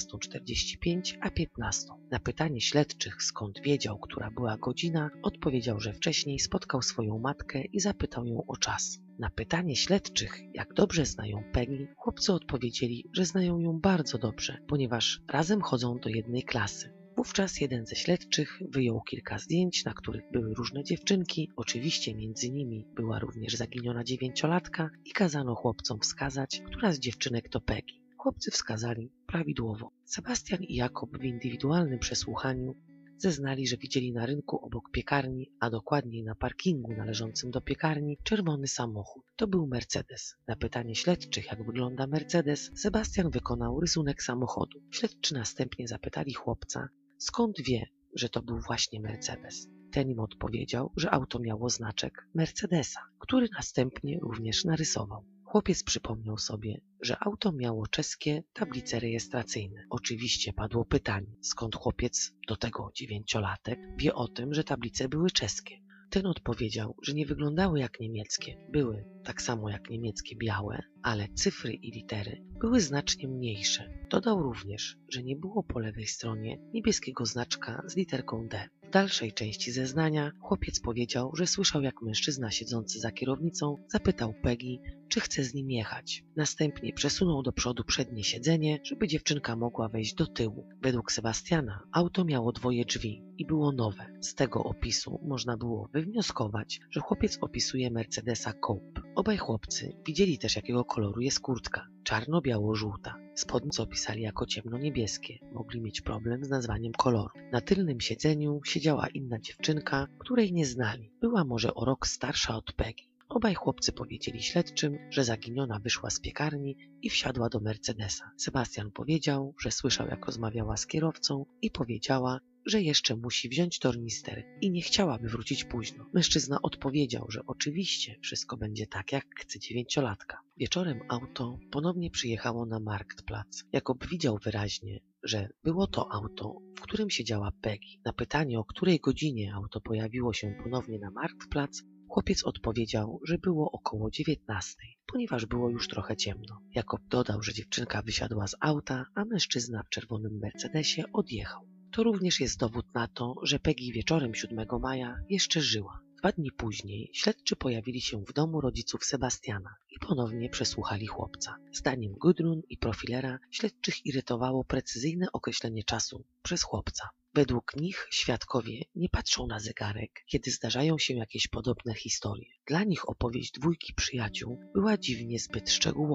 14:45 a 15. Na pytanie śledczych, skąd wiedział, która była godzina, odpowiedział, że wcześniej spotkał swoją matkę i zapytał ją o czas. Na pytanie śledczych, jak dobrze znają Peggy, chłopcy odpowiedzieli, że znają ją bardzo dobrze, ponieważ razem chodzą do jednej klasy. Wówczas jeden ze śledczych wyjął kilka zdjęć, na których były różne dziewczynki, oczywiście między nimi była również zaginiona 9-latka i kazano chłopcom wskazać, która z dziewczynek to Peggy. Chłopcy wskazali prawidłowo. Sebastian i Jakub w indywidualnym przesłuchaniu zeznali, że widzieli na rynku obok piekarni, a dokładniej na parkingu należącym do piekarni, czerwony samochód. To był Mercedes. Na pytanie śledczych, jak wygląda Mercedes, Sebastian wykonał rysunek samochodu. Śledczy następnie zapytali chłopca, skąd wie, że to był właśnie Mercedes. Ten im odpowiedział, że auto miało znaczek Mercedesa, który następnie również narysował. Chłopiec przypomniał sobie, że auto miało czeskie tablice rejestracyjne. Oczywiście padło pytanie, skąd chłopiec, do tego 9-latek, wie o tym, że tablice były czeskie. Ten odpowiedział, że nie wyglądały jak niemieckie. Były tak samo jak niemieckie białe, ale cyfry i litery były znacznie mniejsze. Dodał również, że nie było po lewej stronie niebieskiego znaczka z literką D. W dalszej części zeznania chłopiec powiedział, że słyszał, jak mężczyzna siedzący za kierownicą zapytał Peggy, czy chce z nim jechać. Następnie przesunął do przodu przednie siedzenie, żeby dziewczynka mogła wejść do tyłu. Według Sebastiana auto miało 2 drzwi i było nowe. Z tego opisu można było wywnioskować, że chłopiec opisuje Mercedesa Coupe. Obaj chłopcy widzieli też, jakiego koloru jest kurtka. Czarno-biało-żółta. Spodnie opisali jako ciemno-niebieskie. Mogli mieć problem z nazwaniem koloru. Na tylnym siedzeniu siedziała inna dziewczynka, której nie znali. Była może o rok starsza od Peggy. Obaj chłopcy powiedzieli śledczym, że zaginiona wyszła z piekarni i wsiadła do Mercedesa. Sebastian powiedział, że słyszał, jak rozmawiała z kierowcą i powiedziała, że jeszcze musi wziąć tornister i nie chciałaby wrócić późno. Mężczyzna odpowiedział, że oczywiście wszystko będzie tak, jak chce 9-latka. Wieczorem auto ponownie przyjechało na Marktplatz. Jakub widział wyraźnie, że było to auto, w którym siedziała Peggy. Na pytanie, o której godzinie auto pojawiło się ponownie na Marktplatz, chłopiec odpowiedział, że było około 19, ponieważ było już trochę ciemno. Jakub dodał, że dziewczynka wysiadła z auta, a mężczyzna w czerwonym Mercedesie odjechał. To również jest dowód na to, że Peggy wieczorem 7 maja jeszcze żyła. 2 dni później śledczy pojawili się w domu rodziców Sebastiana i ponownie przesłuchali chłopca. Zdaniem Gudrun i profilera śledczych irytowało precyzyjne określenie czasu przez chłopca. Według nich świadkowie nie patrzą na zegarek, kiedy zdarzają się jakieś podobne historie. Dla nich opowieść 2 przyjaciół była dziwnie zbyt szczegółowa.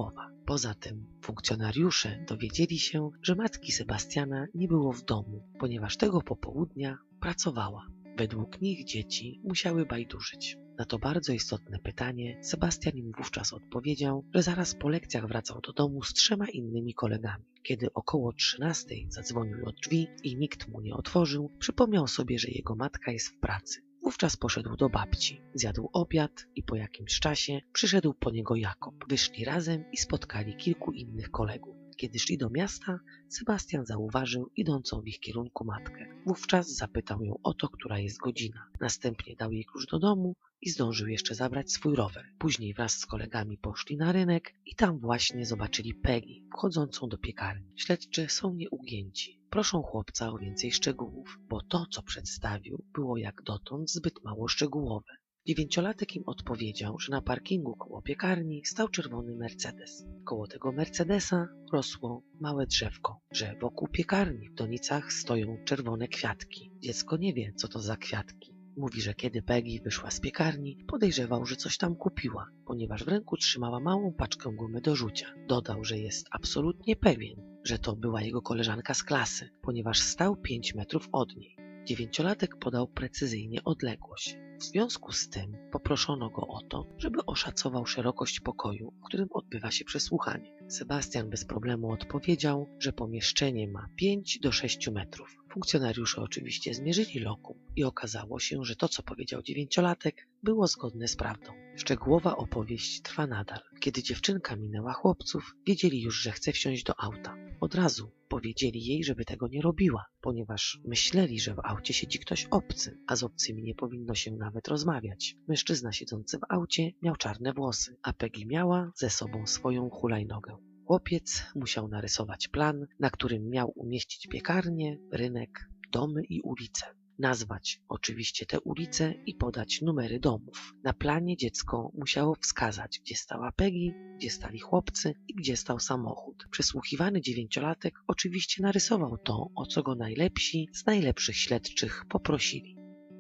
Poza tym funkcjonariusze dowiedzieli się, że matki Sebastiana nie było w domu, ponieważ tego popołudnia pracowała. Według nich dzieci musiały bajdurzyć. Na to bardzo istotne pytanie Sebastian im wówczas odpowiedział, że zaraz po lekcjach wracał do domu z 3 innymi kolegami. Kiedy około 13 zadzwonił do drzwi i nikt mu nie otworzył, przypomniał sobie, że jego matka jest w pracy. Wówczas poszedł do babci, zjadł obiad i po jakimś czasie przyszedł po niego Jakob. Wyszli razem i spotkali kilku innych kolegów. Kiedy szli do miasta, Sebastian zauważył idącą w ich kierunku matkę. Wówczas zapytał ją o to, która jest godzina. Następnie dał jej klucz do domu i zdążył jeszcze zabrać swój rower. Później wraz z kolegami poszli na rynek i tam właśnie zobaczyli Peggy wchodzącą do piekarni. Śledczy są nieugięci. Proszą chłopca o więcej szczegółów, bo to, co przedstawił, było jak dotąd zbyt mało szczegółowe. 9-latek im odpowiedział, że na parkingu koło piekarni stał czerwony Mercedes. Koło tego Mercedesa rosło małe drzewko, że wokół piekarni w donicach stoją czerwone kwiatki. Dziecko nie wie, co to za kwiatki. Mówi, że kiedy Peggy wyszła z piekarni, podejrzewał, że coś tam kupiła, ponieważ w ręku trzymała małą paczkę gumy do rzucia. Dodał, że jest absolutnie pewien, że to była jego koleżanka z klasy, ponieważ stał 5 metrów od niej. 9-latek podał precyzyjnie odległość. W związku z tym poproszono go o to, żeby oszacował szerokość pokoju, w którym odbywa się przesłuchanie. Sebastian bez problemu odpowiedział, że pomieszczenie ma 5 do 6 metrów. Funkcjonariusze oczywiście zmierzyli lokum i okazało się, że to, co powiedział 9-latek, było zgodne z prawdą. Szczegółowa opowieść trwa nadal. Kiedy dziewczynka minęła chłopców, wiedzieli już, że chce wsiąść do auta. Od razu powiedzieli jej, żeby tego nie robiła, ponieważ myśleli, że w aucie siedzi ktoś obcy, a z obcymi nie powinno się nawet rozmawiać. Mężczyzna siedzący w aucie miał czarne włosy, a Peggy miała ze sobą swoją hulajnogę. Chłopiec musiał narysować plan, na którym miał umieścić piekarnię, rynek, domy i ulice. Nazwać oczywiście te ulice i podać numery domów. Na planie dziecko musiało wskazać, gdzie stała Peggy, gdzie stali chłopcy i gdzie stał samochód. Przesłuchiwany 9-latek oczywiście narysował to, o co go najlepsi z najlepszych śledczych poprosili.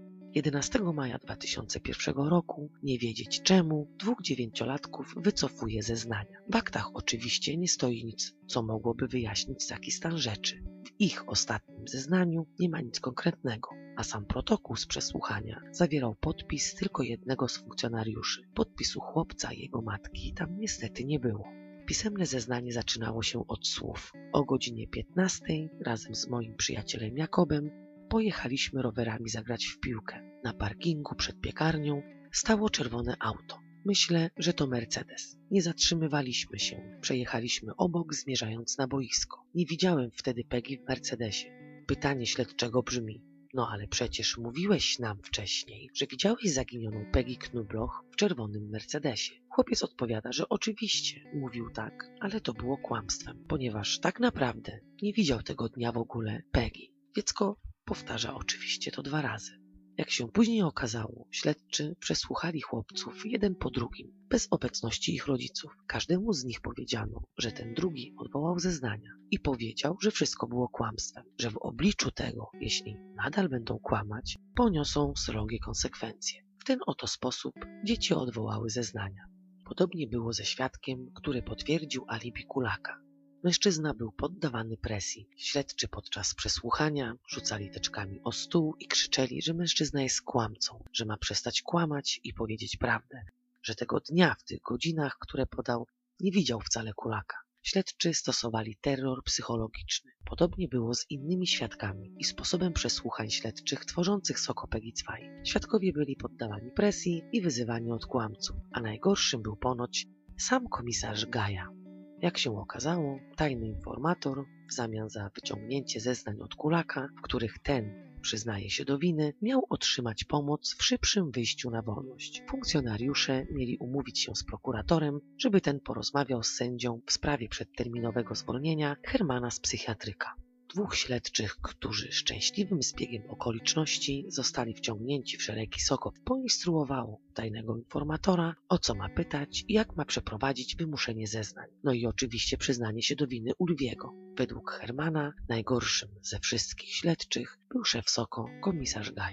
11 maja 2001 roku, nie wiedzieć czemu, 2 9-latków wycofuje zeznania. W aktach oczywiście nie stoi nic, co mogłoby wyjaśnić taki stan rzeczy. W ich ostatnim zeznaniu nie ma nic konkretnego, a sam protokół z przesłuchania zawierał podpis tylko jednego z funkcjonariuszy. Podpisu chłopca i jego matki tam niestety nie było. Pisemne zeznanie zaczynało się od słów: o godzinie 15 razem z moim przyjacielem Jakobem pojechaliśmy rowerami zagrać w piłkę. Na parkingu przed piekarnią stało czerwone auto. Myślę, że to Mercedes. Nie zatrzymywaliśmy się. Przejechaliśmy obok, zmierzając na boisko. Nie widziałem wtedy Peggy w Mercedesie. Pytanie śledczego brzmi: no ale przecież mówiłeś nam wcześniej, że widziałeś zaginioną Peggy Knubloch w czerwonym Mercedesie. Chłopiec odpowiada, że oczywiście mówił tak, ale to było kłamstwem, ponieważ tak naprawdę nie widział tego dnia w ogóle Peggy. Dziecko powtarza oczywiście to 2 razy. Jak się później okazało, śledczy przesłuchali chłopców jeden po drugim, bez obecności ich rodziców. Każdemu z nich powiedziano, że ten drugi odwołał zeznania i powiedział, że wszystko było kłamstwem, że w obliczu tego, jeśli nadal będą kłamać, poniosą srogie konsekwencje. W ten oto sposób dzieci odwołały zeznania. Podobnie było ze świadkiem, który potwierdził alibi Kulaka. Mężczyzna był poddawany presji. Śledczy podczas przesłuchania rzucali teczkami o stół i krzyczeli, że mężczyzna jest kłamcą, że ma przestać kłamać i powiedzieć prawdę, że tego dnia w tych godzinach, które podał, nie widział wcale Kulaka. Śledczy stosowali terror psychologiczny. Podobnie było z innymi świadkami i sposobem przesłuchań śledczych tworzących Soko Peggy 2. Świadkowie byli poddawani presji i wyzywani od kłamców, a najgorszym był ponoć sam komisarz Gaja. Jak się okazało, tajny informator w zamian za wyciągnięcie zeznań od Kulaka, w których ten przyznaje się do winy, miał otrzymać pomoc w szybszym wyjściu na wolność. Funkcjonariusze mieli umówić się z prokuratorem, żeby ten porozmawiał z sędzią w sprawie przedterminowego zwolnienia Hermana z psychiatryka. 2 śledczych, którzy szczęśliwym zbiegiem okoliczności zostali wciągnięci w szeregi Soko, poinstruowało tajnego informatora, o co ma pytać i jak ma przeprowadzić wymuszenie zeznań. No i oczywiście przyznanie się do winy Ulwiego. Według Hermana najgorszym ze wszystkich śledczych był szef Soko, komisarz Gaja.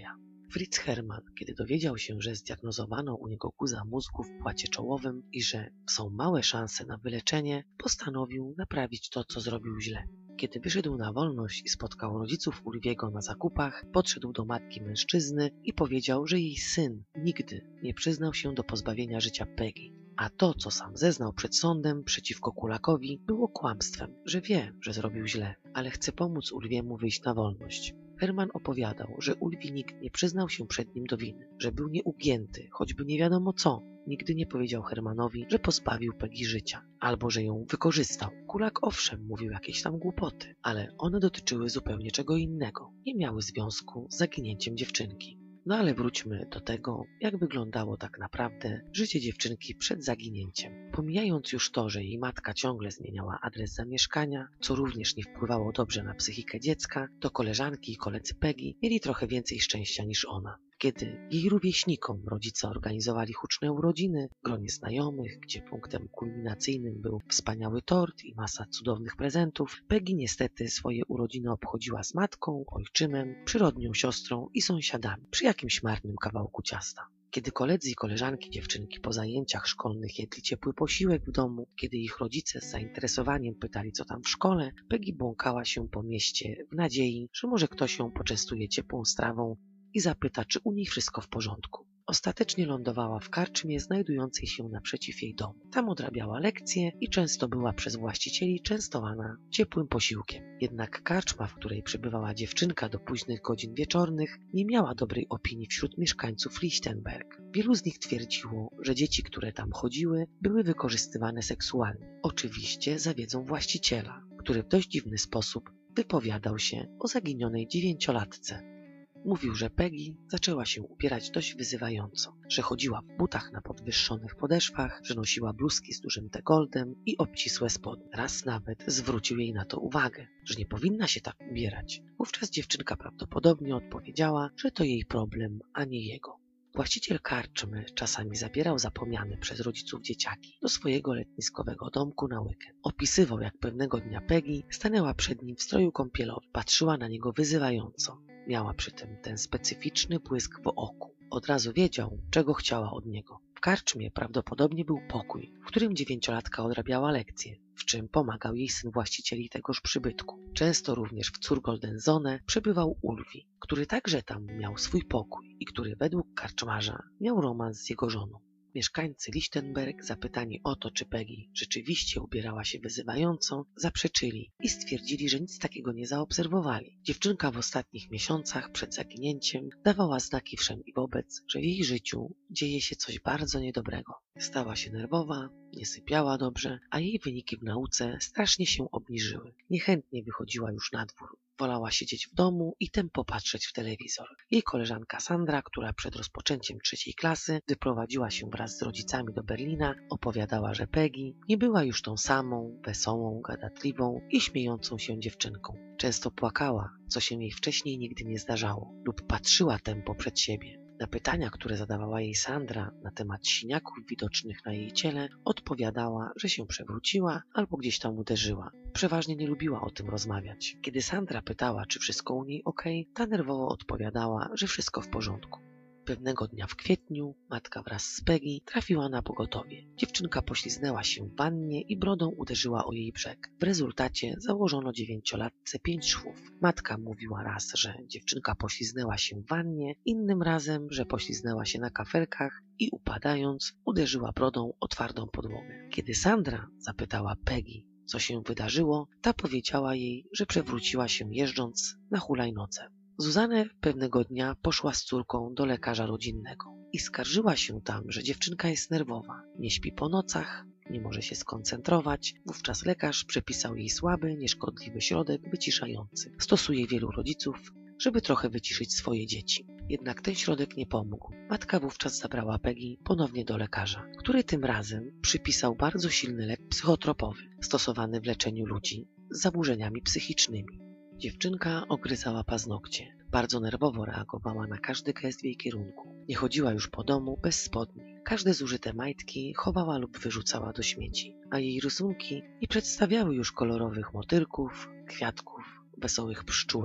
Fritz Hermann, kiedy dowiedział się, że zdiagnozowano u niego guza mózgu w płacie czołowym i że są małe szanse na wyleczenie, postanowił naprawić to, co zrobił źle. Kiedy wyszedł na wolność i spotkał rodziców Ulwiego na zakupach, podszedł do matki mężczyzny i powiedział, że jej syn nigdy nie przyznał się do pozbawienia życia Peggy. A to, co sam zeznał przed sądem przeciwko Kulakowi, było kłamstwem, że wie, że zrobił źle, ale chce pomóc Ulwiemu wyjść na wolność. Hermann opowiadał, że Ulwi nikt nie przyznał się przed nim do winy, że był nieugięty, choćby nie wiadomo co. Nigdy nie powiedział Hermannowi, że pozbawił Peggy życia, albo że ją wykorzystał. Kulak owszem mówił jakieś tam głupoty, ale one dotyczyły zupełnie czego innego. Nie miały związku z zaginięciem dziewczynki. No ale wróćmy do tego, jak wyglądało tak naprawdę życie dziewczynki przed zaginięciem. Pomijając już to, że jej matka ciągle zmieniała adres zamieszkania, co również nie wpływało dobrze na psychikę dziecka, to koleżanki i koledzy Peggy mieli trochę więcej szczęścia niż ona. Kiedy jej rówieśnikom rodzice organizowali huczne urodziny w gronie znajomych, gdzie punktem kulminacyjnym był wspaniały tort i masa cudownych prezentów, Peggy niestety swoje urodziny obchodziła z matką, ojczymem, przyrodnią siostrą i sąsiadami przy jakimś marnym kawałku ciasta. Kiedy koledzy i koleżanki dziewczynki po zajęciach szkolnych jedli ciepły posiłek w domu, kiedy ich rodzice z zainteresowaniem pytali, co tam w szkole, Peggy błąkała się po mieście w nadziei, że może ktoś ją poczęstuje ciepłą strawą i zapyta, czy u niej wszystko w porządku. Ostatecznie lądowała w karczmie znajdującej się naprzeciw jej domu. Tam odrabiała lekcje i często była przez właścicieli częstowana ciepłym posiłkiem. Jednak karczma, w której przebywała dziewczynka do późnych godzin wieczornych, nie miała dobrej opinii wśród mieszkańców Lichtenberg. Wielu z nich twierdziło, że dzieci, które tam chodziły, były wykorzystywane seksualnie. Oczywiście za wiedzą właściciela, który w dość dziwny sposób wypowiadał się o zaginionej 9-latce. Mówił, że Peggy zaczęła się ubierać dość wyzywająco, że chodziła w butach na podwyższonych podeszwach, że nosiła bluzki z dużym dekoltem i obcisłe spodnie. Raz nawet zwrócił jej na to uwagę, że nie powinna się tak ubierać. Wówczas dziewczynka prawdopodobnie odpowiedziała, że to jej problem, a nie jego. Właściciel karczmy czasami zabierał zapomniane przez rodziców dzieciaki do swojego letniskowego domku na weekend. Opisywał, jak pewnego dnia Peggy stanęła przed nim w stroju kąpielowym. Patrzyła na niego wyzywająco. Miała przy tym ten specyficzny błysk w oku. Od razu wiedział, czego chciała od niego. W karczmie prawdopodobnie był pokój, w którym 9-latka odrabiała lekcje, w czym pomagał jej syn właścicieli tegoż przybytku. Często również w Zurgoldenzone przebywał Ulwi, który także tam miał swój pokój i który według karczmarza miał romans z jego żoną. Mieszkańcy Lichtenberg, zapytani o to, czy Peggy rzeczywiście ubierała się wyzywająco, zaprzeczyli i stwierdzili, że nic takiego nie zaobserwowali. Dziewczynka w ostatnich miesiącach przed zaginięciem dawała znaki wszem i wobec, że w jej życiu dzieje się coś bardzo niedobrego. Stała się nerwowa, nie sypiała dobrze, a jej wyniki w nauce strasznie się obniżyły. Niechętnie wychodziła już na dwór. Wolała siedzieć w domu i tempo patrzeć w telewizor. Jej koleżanka Sandra, która przed rozpoczęciem 3. klasy wyprowadziła się wraz z rodzicami do Berlina, opowiadała, że Peggy nie była już tą samą, wesołą, gadatliwą i śmiejącą się dziewczynką. Często płakała, co się jej wcześniej nigdy nie zdarzało, lub patrzyła tempo przed siebie. Na pytania, które zadawała jej Sandra na temat siniaków widocznych na jej ciele, odpowiadała, że się przewróciła albo gdzieś tam uderzyła. Przeważnie nie lubiła o tym rozmawiać. Kiedy Sandra pytała, czy wszystko u niej okej, ta nerwowo odpowiadała, że wszystko w porządku. Pewnego dnia w kwietniu matka wraz z Peggy trafiła na pogotowie. Dziewczynka pośliznęła się w wannie i brodą uderzyła o jej brzeg. W rezultacie założono 9-latce 5 szwów. Matka mówiła raz, że dziewczynka pośliznęła się w wannie, innym razem, że pośliznęła się na kafelkach i upadając uderzyła brodą o twardą podłogę. Kiedy Sandra zapytała Peggy, co się wydarzyło, ta powiedziała jej, że przewróciła się jeżdżąc na hulajnodze. Zuzanne pewnego dnia poszła z córką do lekarza rodzinnego i skarżyła się tam, że dziewczynka jest nerwowa, nie śpi po nocach, nie może się skoncentrować. Wówczas lekarz przepisał jej słaby, nieszkodliwy środek wyciszający. Stosuje wielu rodziców, żeby trochę wyciszyć swoje dzieci. Jednak ten środek nie pomógł. Matka wówczas zabrała Peggy ponownie do lekarza, który tym razem przypisał bardzo silny lek psychotropowy, stosowany w leczeniu ludzi z zaburzeniami psychicznymi. Dziewczynka ogryzała paznokcie. Bardzo nerwowo reagowała na każdy gest w jej kierunku. Nie chodziła już po domu bez spodni. Każde zużyte majtki chowała lub wyrzucała do śmieci, a jej rysunki nie przedstawiały już kolorowych motylków, kwiatków, wesołych pszczółek,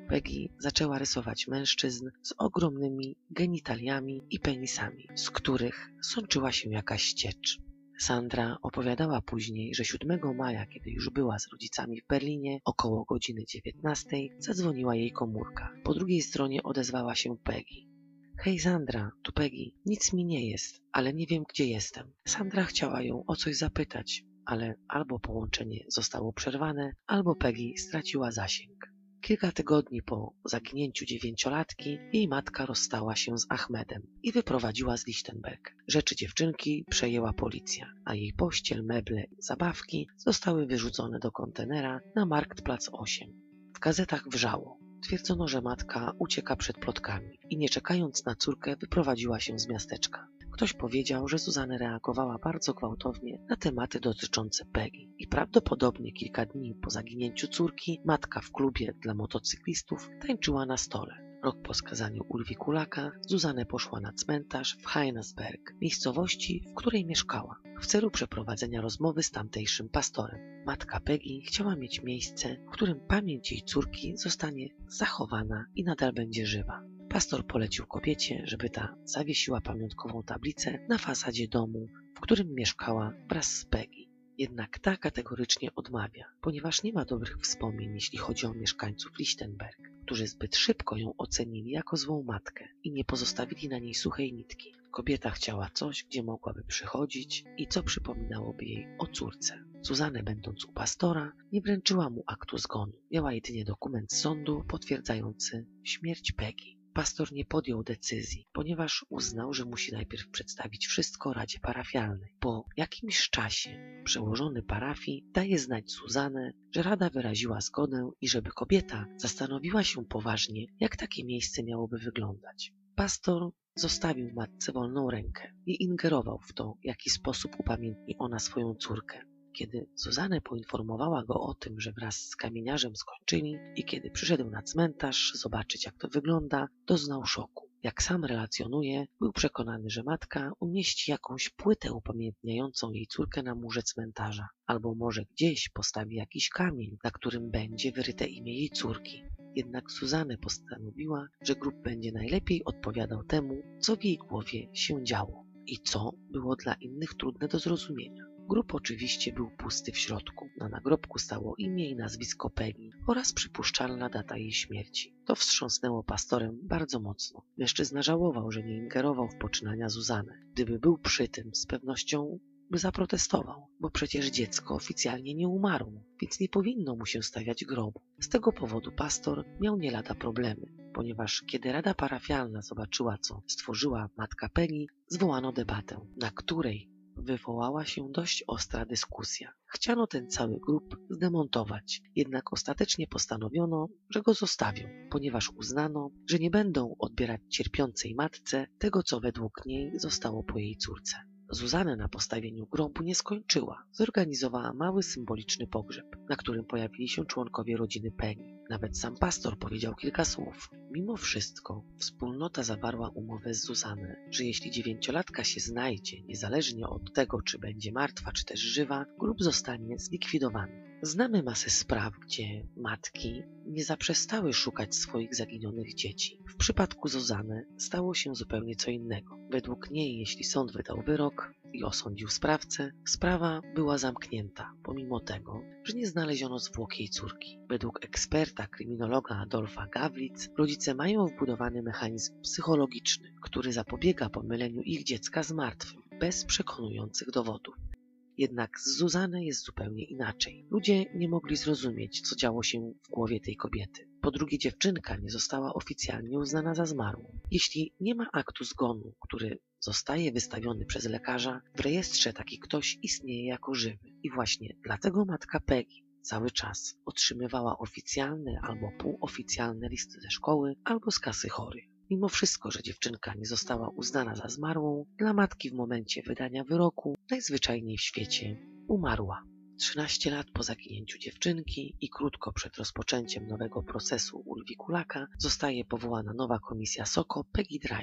Peggy zaczęła rysować mężczyzn z ogromnymi genitaliami i penisami, z których sączyła się jakaś ciecz. Sandra opowiadała później, że 7 maja, kiedy już była z rodzicami w Berlinie, około godziny 19, zadzwoniła jej komórka. Po drugiej stronie odezwała się Peggy. Hej Sandra, tu Peggy. Nic mi nie jest, ale nie wiem, gdzie jestem. Sandra chciała ją o coś zapytać, ale albo połączenie zostało przerwane, albo Peggy straciła zasięg. Kilka tygodni po zaginięciu 9-latki jej matka rozstała się z Ahmedem i wyprowadziła z Lichtenberg. Rzeczy dziewczynki przejęła policja, a jej pościel, meble i zabawki zostały wyrzucone do kontenera na Marktplatz 8. W gazetach wrzało. Twierdzono, że matka ucieka przed plotkami i nie czekając na córkę wyprowadziła się z miasteczka. Ktoś powiedział, że Zuzanna reagowała bardzo gwałtownie na tematy dotyczące Peggy i prawdopodobnie kilka dni po zaginięciu córki matka w klubie dla motocyklistów tańczyła na stole. Rok po skazaniu Ulvi Kulaka Zuzanna poszła na cmentarz w Heinsberg, miejscowości, w której mieszkała, w celu przeprowadzenia rozmowy z tamtejszym pastorem. Matka Peggy chciała mieć miejsce, w którym pamięć jej córki zostanie zachowana i nadal będzie żywa. Pastor polecił kobiecie, żeby ta zawiesiła pamiątkową tablicę na fasadzie domu, w którym mieszkała wraz z Peggy. Jednak ta kategorycznie odmawia, ponieważ nie ma dobrych wspomnień, jeśli chodzi o mieszkańców Lichtenberg, którzy zbyt szybko ją ocenili jako złą matkę i nie pozostawili na niej suchej nitki. Kobieta chciała coś, gdzie mogłaby przychodzić i co przypominałoby jej o córce. Zuzanna, będąc u pastora, nie wręczyła mu aktu zgonu. Miała jedynie dokument z sądu potwierdzający śmierć Peggy. Pastor nie podjął decyzji, ponieważ uznał, że musi najpierw przedstawić wszystko Radzie Parafialnej. Po jakimś czasie przełożony parafii daje znać Zuzannę, że Rada wyraziła zgodę i żeby kobieta zastanowiła się poważnie, jak takie miejsce miałoby wyglądać. Pastor zostawił matce wolną rękę i ingerował w to, w jaki sposób upamiętni ona swoją córkę. Kiedy Zuzanna poinformowała go o tym, że wraz z kamieniarzem skończyli i kiedy przyszedł na cmentarz zobaczyć, jak to wygląda, doznał szoku. Jak sam relacjonuje, był przekonany, że matka umieści jakąś płytę upamiętniającą jej córkę na murze cmentarza, albo może gdzieś postawi jakiś kamień, na którym będzie wyryte imię jej córki. Jednak Zuzanna postanowiła, że grób będzie najlepiej odpowiadał temu, co w jej głowie się działo i co było dla innych trudne do zrozumienia. Grób oczywiście był pusty w środku. Na nagrobku stało imię i nazwisko Peggy oraz przypuszczalna data jej śmierci. To wstrząsnęło pastorem bardzo mocno. Mężczyzna żałował, że nie ingerował w poczynania Zuzanny. Gdyby był przy tym, z pewnością by zaprotestował, bo przecież dziecko oficjalnie nie umarło, więc nie powinno mu się stawiać grobu. Z tego powodu pastor miał nie lada problemy, ponieważ kiedy Rada Parafialna zobaczyła, co stworzyła matka Peggy, zwołano debatę, na której wywołała się dość ostra dyskusja. Chciano ten cały grób zdemontować, jednak ostatecznie postanowiono, że go zostawią, ponieważ uznano, że nie będą odbierać cierpiącej matce tego, co według niej zostało po jej córce. Zuzanna na postawieniu grobu nie skończyła. Zorganizowała mały symboliczny pogrzeb, na którym pojawili się członkowie rodziny Peggy. Nawet sam pastor powiedział kilka słów. Mimo wszystko wspólnota zawarła umowę z Zuzanną, że jeśli 9-latka się znajdzie, niezależnie od tego, czy będzie martwa, czy też żywa, grób zostanie zlikwidowany. Znamy masę spraw, gdzie matki nie zaprzestały szukać swoich zaginionych dzieci. W przypadku Zuzanny stało się zupełnie co innego. Według niej, jeśli sąd wydał wyrok i osądził sprawcę, sprawa była zamknięta, pomimo tego, że nie znaleziono zwłok jej córki. Według eksperta, kryminologa Adolfa Gawlitz, rodzice mają wbudowany mechanizm psychologiczny, który zapobiega pomyleniu ich dziecka z martwym, bez przekonujących dowodów. Jednak z Zuzanną jest zupełnie inaczej. Ludzie nie mogli zrozumieć, co działo się w głowie tej kobiety. Po drugie, dziewczynka nie została oficjalnie uznana za zmarłą. Jeśli nie ma aktu zgonu, który zostaje wystawiony przez lekarza, w rejestrze taki ktoś istnieje jako żywy. I właśnie dlatego matka Peggy cały czas otrzymywała oficjalne albo półoficjalne listy ze szkoły albo z kasy chorych. Mimo wszystko, że dziewczynka nie została uznana za zmarłą, dla matki w momencie wydania wyroku najzwyczajniej w świecie umarła. 13 lat po zaginięciu dziewczynki i krótko przed rozpoczęciem nowego procesu Ulvi Kulaka zostaje powołana nowa komisja Soko Peggy Dry.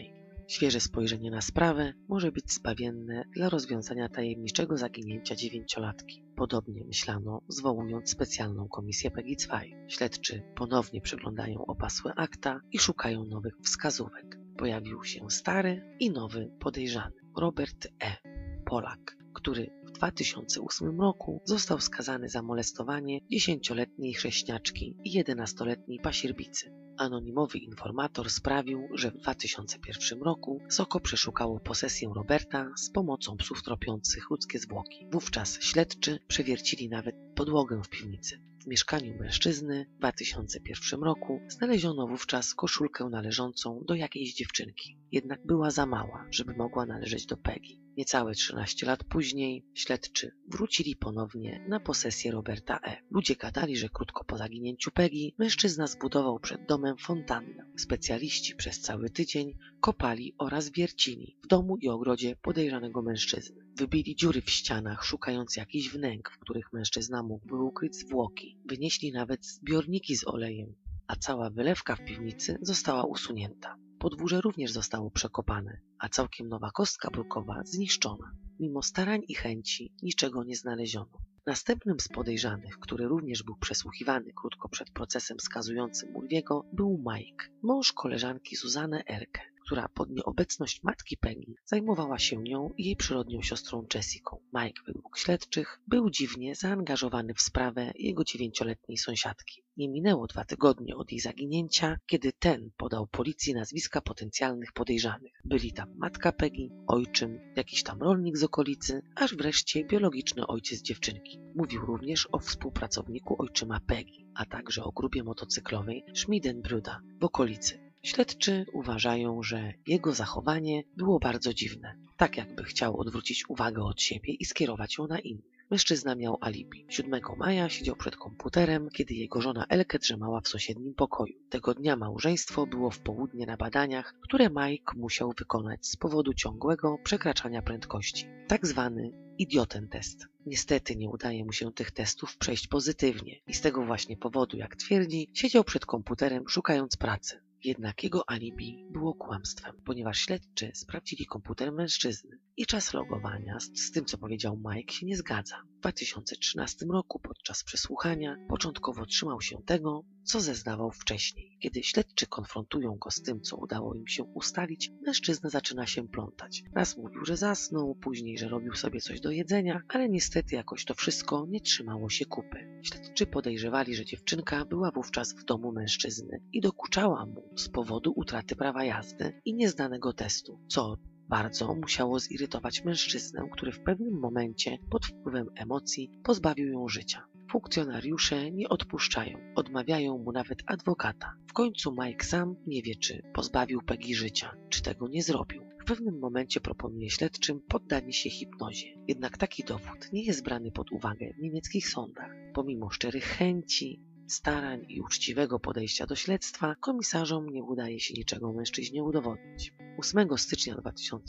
Świeże spojrzenie na sprawę może być zbawienne dla rozwiązania tajemniczego zaginięcia 9-latki. Podobnie myślano, zwołując specjalną komisję Peggy 2. Śledczy ponownie przeglądają opasłe akta i szukają nowych wskazówek. Pojawił się stary i nowy podejrzany, Robert E., Polak, który w 2008 roku został skazany za molestowanie 10-letniej chrześniaczki i 11-letniej pasierbicy. Anonimowy informator sprawił, że w 2001 roku SOKO przeszukało posesję Roberta z pomocą psów tropiących ludzkie zwłoki. Wówczas śledczy przewiercili nawet podłogę w piwnicy. W mieszkaniu mężczyzny w 2001 roku znaleziono wówczas koszulkę należącą do jakiejś dziewczynki. Jednak była za mała, żeby mogła należeć do Peggy. Niecałe 13 lat później śledczy wrócili ponownie na posesję Roberta E. Ludzie gadali, że krótko po zaginięciu Peggy mężczyzna zbudował przed domem fontannę. Specjaliści przez cały tydzień kopali oraz wiercili w domu i ogrodzie podejrzanego mężczyzny. Wybili dziury w ścianach, szukając jakichś wnęk, w których mężczyzna mógłby ukryć zwłoki. Wynieśli nawet zbiorniki z olejem, a cała wylewka w piwnicy została usunięta. Podwórze również zostało przekopane, a całkiem nowa kostka brukowa zniszczona. Mimo starań i chęci niczego nie znaleziono. Następnym z podejrzanych, który również był przesłuchiwany krótko przed procesem skazującym Mulviego, był Mike, mąż koleżanki Suzanne Erke, która pod nieobecność matki Peggy zajmowała się nią i jej przyrodnią siostrą Jessiką. Mike, według śledczych, był dziwnie zaangażowany w sprawę jego 9-letniej sąsiadki. Nie minęło 2 tygodnie od jej zaginięcia, kiedy ten podał policji nazwiska potencjalnych podejrzanych. Byli tam matka Peggy, ojczym, jakiś tam rolnik z okolicy, aż wreszcie biologiczny ojciec dziewczynki. Mówił również o współpracowniku ojczyma Peggy, a także o grupie motocyklowej Schmidenbrüder w okolicy. Śledczy uważają, że jego zachowanie było bardzo dziwne, tak jakby chciał odwrócić uwagę od siebie i skierować ją na innych. Mężczyzna miał alibi. 7 maja siedział przed komputerem, kiedy jego żona Elke drzemała w sąsiednim pokoju. Tego dnia małżeństwo było w południe na badaniach, które Mike musiał wykonać z powodu ciągłego przekraczania prędkości. Tak zwany idioten test. Niestety nie udaje mu się tych testów przejść pozytywnie i z tego właśnie powodu, jak twierdzi, siedział przed komputerem szukając pracy. Jednak jego alibi było kłamstwem, ponieważ śledczy sprawdzili komputer mężczyzny i czas logowania z tym, co powiedział Mike, się nie zgadza. W 2013 roku podczas przesłuchania początkowo trzymał się tego, co zeznawał wcześniej. Kiedy śledczy konfrontują go z tym, co udało im się ustalić, mężczyzna zaczyna się plątać. Raz mówił, że zasnął, później, że robił sobie coś do jedzenia, ale niestety jakoś to wszystko nie trzymało się kupy. Śledczy podejrzewali, że dziewczynka była wówczas w domu mężczyzny i dokuczała mu z powodu utraty prawa jazdy i nieznanego testu, co bardzo musiało zirytować mężczyznę, który w pewnym momencie pod wpływem emocji pozbawił ją życia. Funkcjonariusze nie odpuszczają, odmawiają mu nawet adwokata. W końcu Mike sam nie wie, czy pozbawił Peggy życia, czy tego nie zrobił. W pewnym momencie proponuje śledczym poddanie się hipnozie. Jednak taki dowód nie jest brany pod uwagę w niemieckich sądach. Pomimo szczerych chęci, starań i uczciwego podejścia do śledztwa, komisarzom nie udaje się niczego mężczyźnie udowodnić. 8 stycznia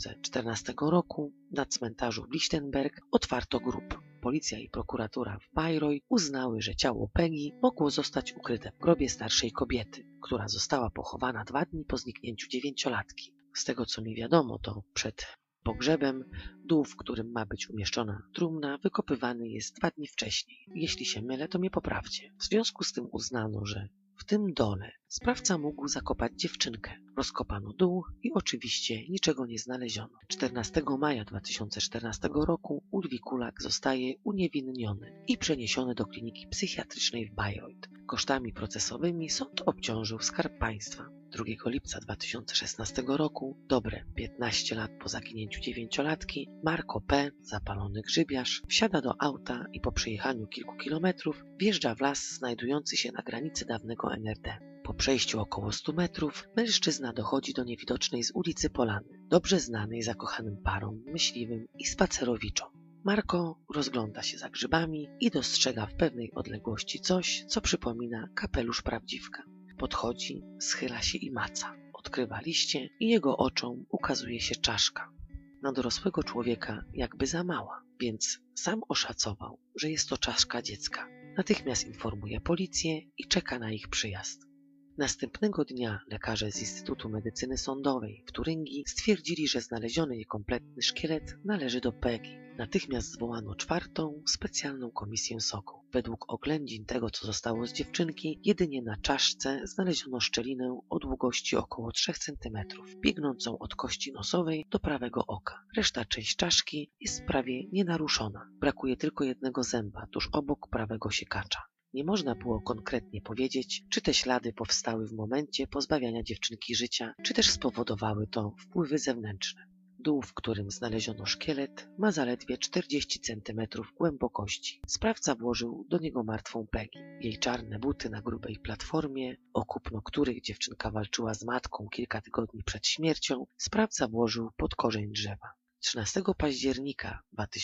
2014 roku na cmentarzu w Lichtenberg otwarto grób. Policja i prokuratura w Bayreuth uznały, że ciało Peggy mogło zostać ukryte w grobie starszej kobiety, która została pochowana 2 dni po zniknięciu 9-latki. Z tego co mi wiadomo, to przed pogrzebem dół, w którym ma być umieszczona trumna, wykopywany jest 2 dni wcześniej. Jeśli się mylę, to mnie poprawcie. W związku z tym uznano, że w tym dole sprawca mógł zakopać dziewczynkę. Rozkopano dół i oczywiście niczego nie znaleziono. 14 maja 2014 roku Ulrich Kulak zostaje uniewinniony i przeniesiony do kliniki psychiatrycznej w Bayreuth. Kosztami procesowymi sąd obciążył Skarb Państwa. 2 lipca 2016 roku, dobre 15 lat po zaginięciu 9-latki, Marco P., zapalony grzybiarz, wsiada do auta i po przejechaniu kilku kilometrów wjeżdża w las znajdujący się na granicy dawnego NRD. Po przejściu około 100 metrów mężczyzna dochodzi do niewidocznej z ulicy Polany, dobrze znanej zakochanym parom, myśliwym i spacerowiczom. Marco rozgląda się za grzybami i dostrzega w pewnej odległości coś, co przypomina kapelusz prawdziwka. Podchodzi, schyla się i maca. Odkrywa liście i jego oczom ukazuje się czaszka. Na dorosłego człowieka jakby za mała, więc sam oszacował, że jest to czaszka dziecka. Natychmiast informuje policję i czeka na ich przyjazd. Następnego dnia lekarze z Instytutu Medycyny Sądowej w Turyngii stwierdzili, że znaleziony niekompletny szkielet należy do Peggy. Natychmiast zwołano 4. specjalną komisję SOKO. Według oględzin tego, co zostało z dziewczynki, jedynie na czaszce znaleziono szczelinę o długości około 3 cm, biegnącą od kości nosowej do prawego oka. Reszta część czaszki jest prawie nienaruszona. Brakuje tylko jednego zęba tuż obok prawego siekacza. Nie można było konkretnie powiedzieć, czy te ślady powstały w momencie pozbawiania dziewczynki życia, czy też spowodowały to wpływy zewnętrzne. Dół, w którym znaleziono szkielet, ma zaledwie 40 cm głębokości. Sprawca włożył do niego martwą Peggy. Jej czarne buty na grubej platformie, o kupno których dziewczynka walczyła z matką kilka tygodni przed śmiercią, sprawca włożył pod korzeń drzewa. 13 października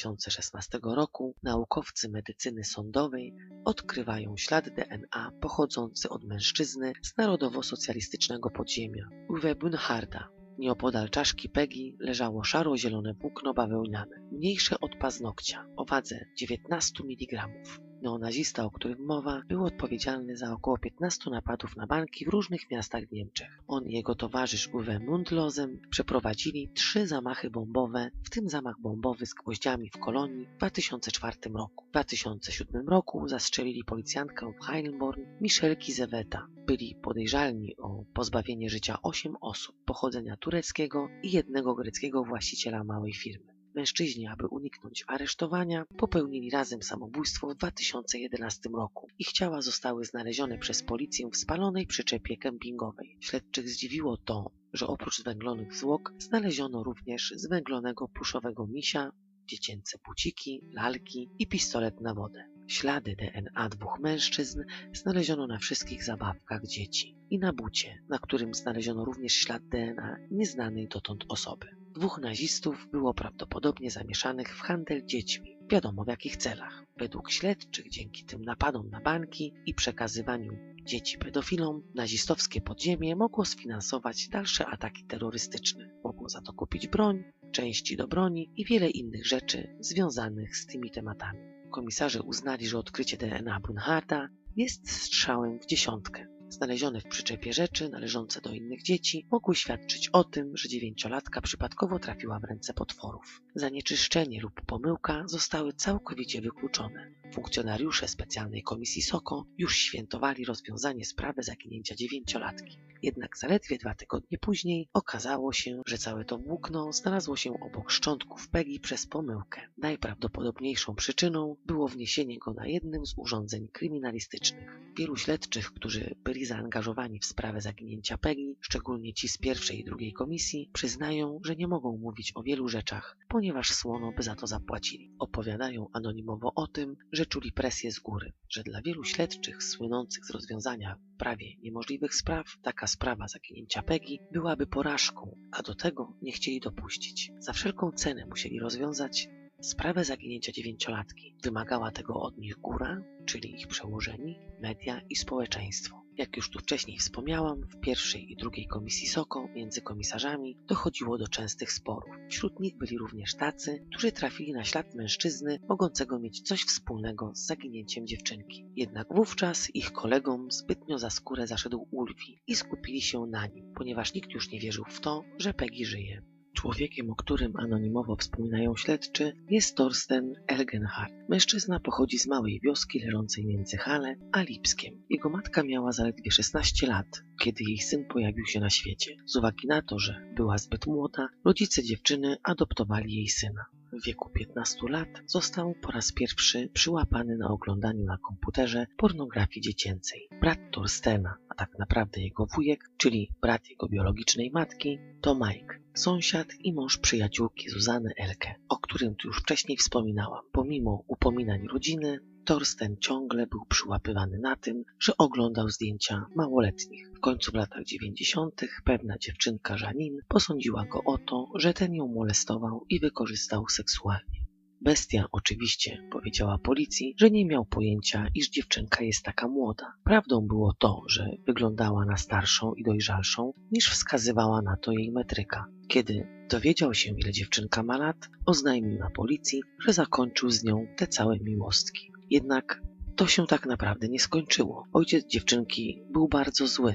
2016 roku naukowcy medycyny sądowej odkrywają ślad DNA pochodzący od mężczyzny z narodowo-socjalistycznego podziemia, Uwe Bünharda. Nieopodal czaszki Peggy leżało szaro-zielone włókno bawełniane, mniejsze od paznokcia, o wadze 19 mg. Neonazista, o którym mowa, był odpowiedzialny za około 15 napadów na banki w różnych miastach w Niemczech. On i jego towarzysz Uwe Mundlosem przeprowadzili 3 zamachy bombowe, w tym zamach bombowy z gwoździami w Kolonii w 2004 roku. W 2007 roku zastrzelili policjantkę w Heilbronn Michelle Kizeweta. Byli podejrzani o pozbawienie życia 8 osób pochodzenia tureckiego i jednego greckiego właściciela małej firmy. Mężczyźni, aby uniknąć aresztowania, popełnili razem samobójstwo w 2011 roku. Ich ciała zostały znalezione przez policję w spalonej przyczepie kempingowej. Śledczych zdziwiło to, że oprócz zwęglonych zwłok znaleziono również zwęglonego pluszowego misia, dziecięce buciki, lalki i pistolet na wodę. Ślady DNA 2 mężczyzn znaleziono na wszystkich zabawkach dzieci i na bucie, na którym znaleziono również ślad DNA nieznanej dotąd osoby. 2 nazistów było prawdopodobnie zamieszanych w handel dziećmi, wiadomo w jakich celach. Według śledczych dzięki tym napadom na banki i przekazywaniu dzieci pedofilom, nazistowskie podziemie mogło sfinansować dalsze ataki terrorystyczne. Mogło za to kupić broń, części do broni i wiele innych rzeczy związanych z tymi tematami. Komisarze uznali, że odkrycie DNA Bünharda jest strzałem w dziesiątkę. Znalezione w przyczepie rzeczy należące do innych dzieci mogły świadczyć o tym, że 9-latka przypadkowo trafiła w ręce potworów. Zanieczyszczenie lub pomyłka zostały całkowicie wykluczone. Funkcjonariusze specjalnej komisji SOKO już świętowali rozwiązanie sprawy zaginięcia 9-latki. Jednak zaledwie 2 tygodnie później okazało się, że całe to włókno znalazło się obok szczątków Peggy przez pomyłkę. Najprawdopodobniejszą przyczyną było wniesienie go na jednym z urządzeń kryminalistycznych. Wielu śledczych, którzy byli zaangażowani w sprawę zaginięcia Peggy, szczególnie ci z pierwszej i drugiej komisji, przyznają, że nie mogą mówić o wielu rzeczach, ponieważ słono by za to zapłacili. Opowiadają anonimowo o tym, że czuli presję z góry, że dla wielu śledczych słynących z rozwiązania prawie niemożliwych spraw, taka sprawa zaginięcia Peggy byłaby porażką, a do tego nie chcieli dopuścić. Za wszelką cenę musieli rozwiązać sprawę zaginięcia 9-latki. Wymagała tego od nich góra, czyli ich przełożeni, media i społeczeństwo. Jak już tu wcześniej wspomniałam, w pierwszej i drugiej komisji SOKO między komisarzami dochodziło do częstych sporów. Wśród nich byli również tacy, którzy trafili na ślad mężczyzny mogącego mieć coś wspólnego z zaginięciem dziewczynki. Jednak wówczas ich kolegom zbytnio za skórę zaszedł Ulfi i skupili się na nim, ponieważ nikt już nie wierzył w to, że Peggy żyje. Człowiekiem, o którym anonimowo wspominają śledczy, jest Thorsten Elgenhardt. Mężczyzna pochodzi z małej wioski leżącej między Halle a Lipskiem. Jego matka miała zaledwie 16 lat, kiedy jej syn pojawił się na świecie. Z uwagi na to, że była zbyt młoda, rodzice dziewczyny adoptowali jej syna. W wieku 15 lat został po raz pierwszy przyłapany na oglądaniu na komputerze pornografii dziecięcej. Brat Thorstena, a tak naprawdę jego wujek, czyli brat jego biologicznej matki, to Mike, sąsiad i mąż przyjaciółki Zuzanny Elke, o którym tu już wcześniej wspominałam. Pomimo upominań rodziny, Thorsten ciągle był przyłapywany na tym, że oglądał zdjęcia małoletnich. W końcu w latach 90. pewna dziewczynka Janine posądziła go o to, że ten ją molestował i wykorzystał seksualnie. Bestia oczywiście powiedziała policji, że nie miał pojęcia, iż dziewczynka jest taka młoda. Prawdą było to, że wyglądała na starszą i dojrzalszą, niż wskazywała na to jej metryka. Kiedy dowiedział się, ile dziewczynka ma lat, oznajmił na policji, że zakończył z nią te całe miłostki. Jednak to się tak naprawdę nie skończyło. Ojciec dziewczynki był bardzo zły.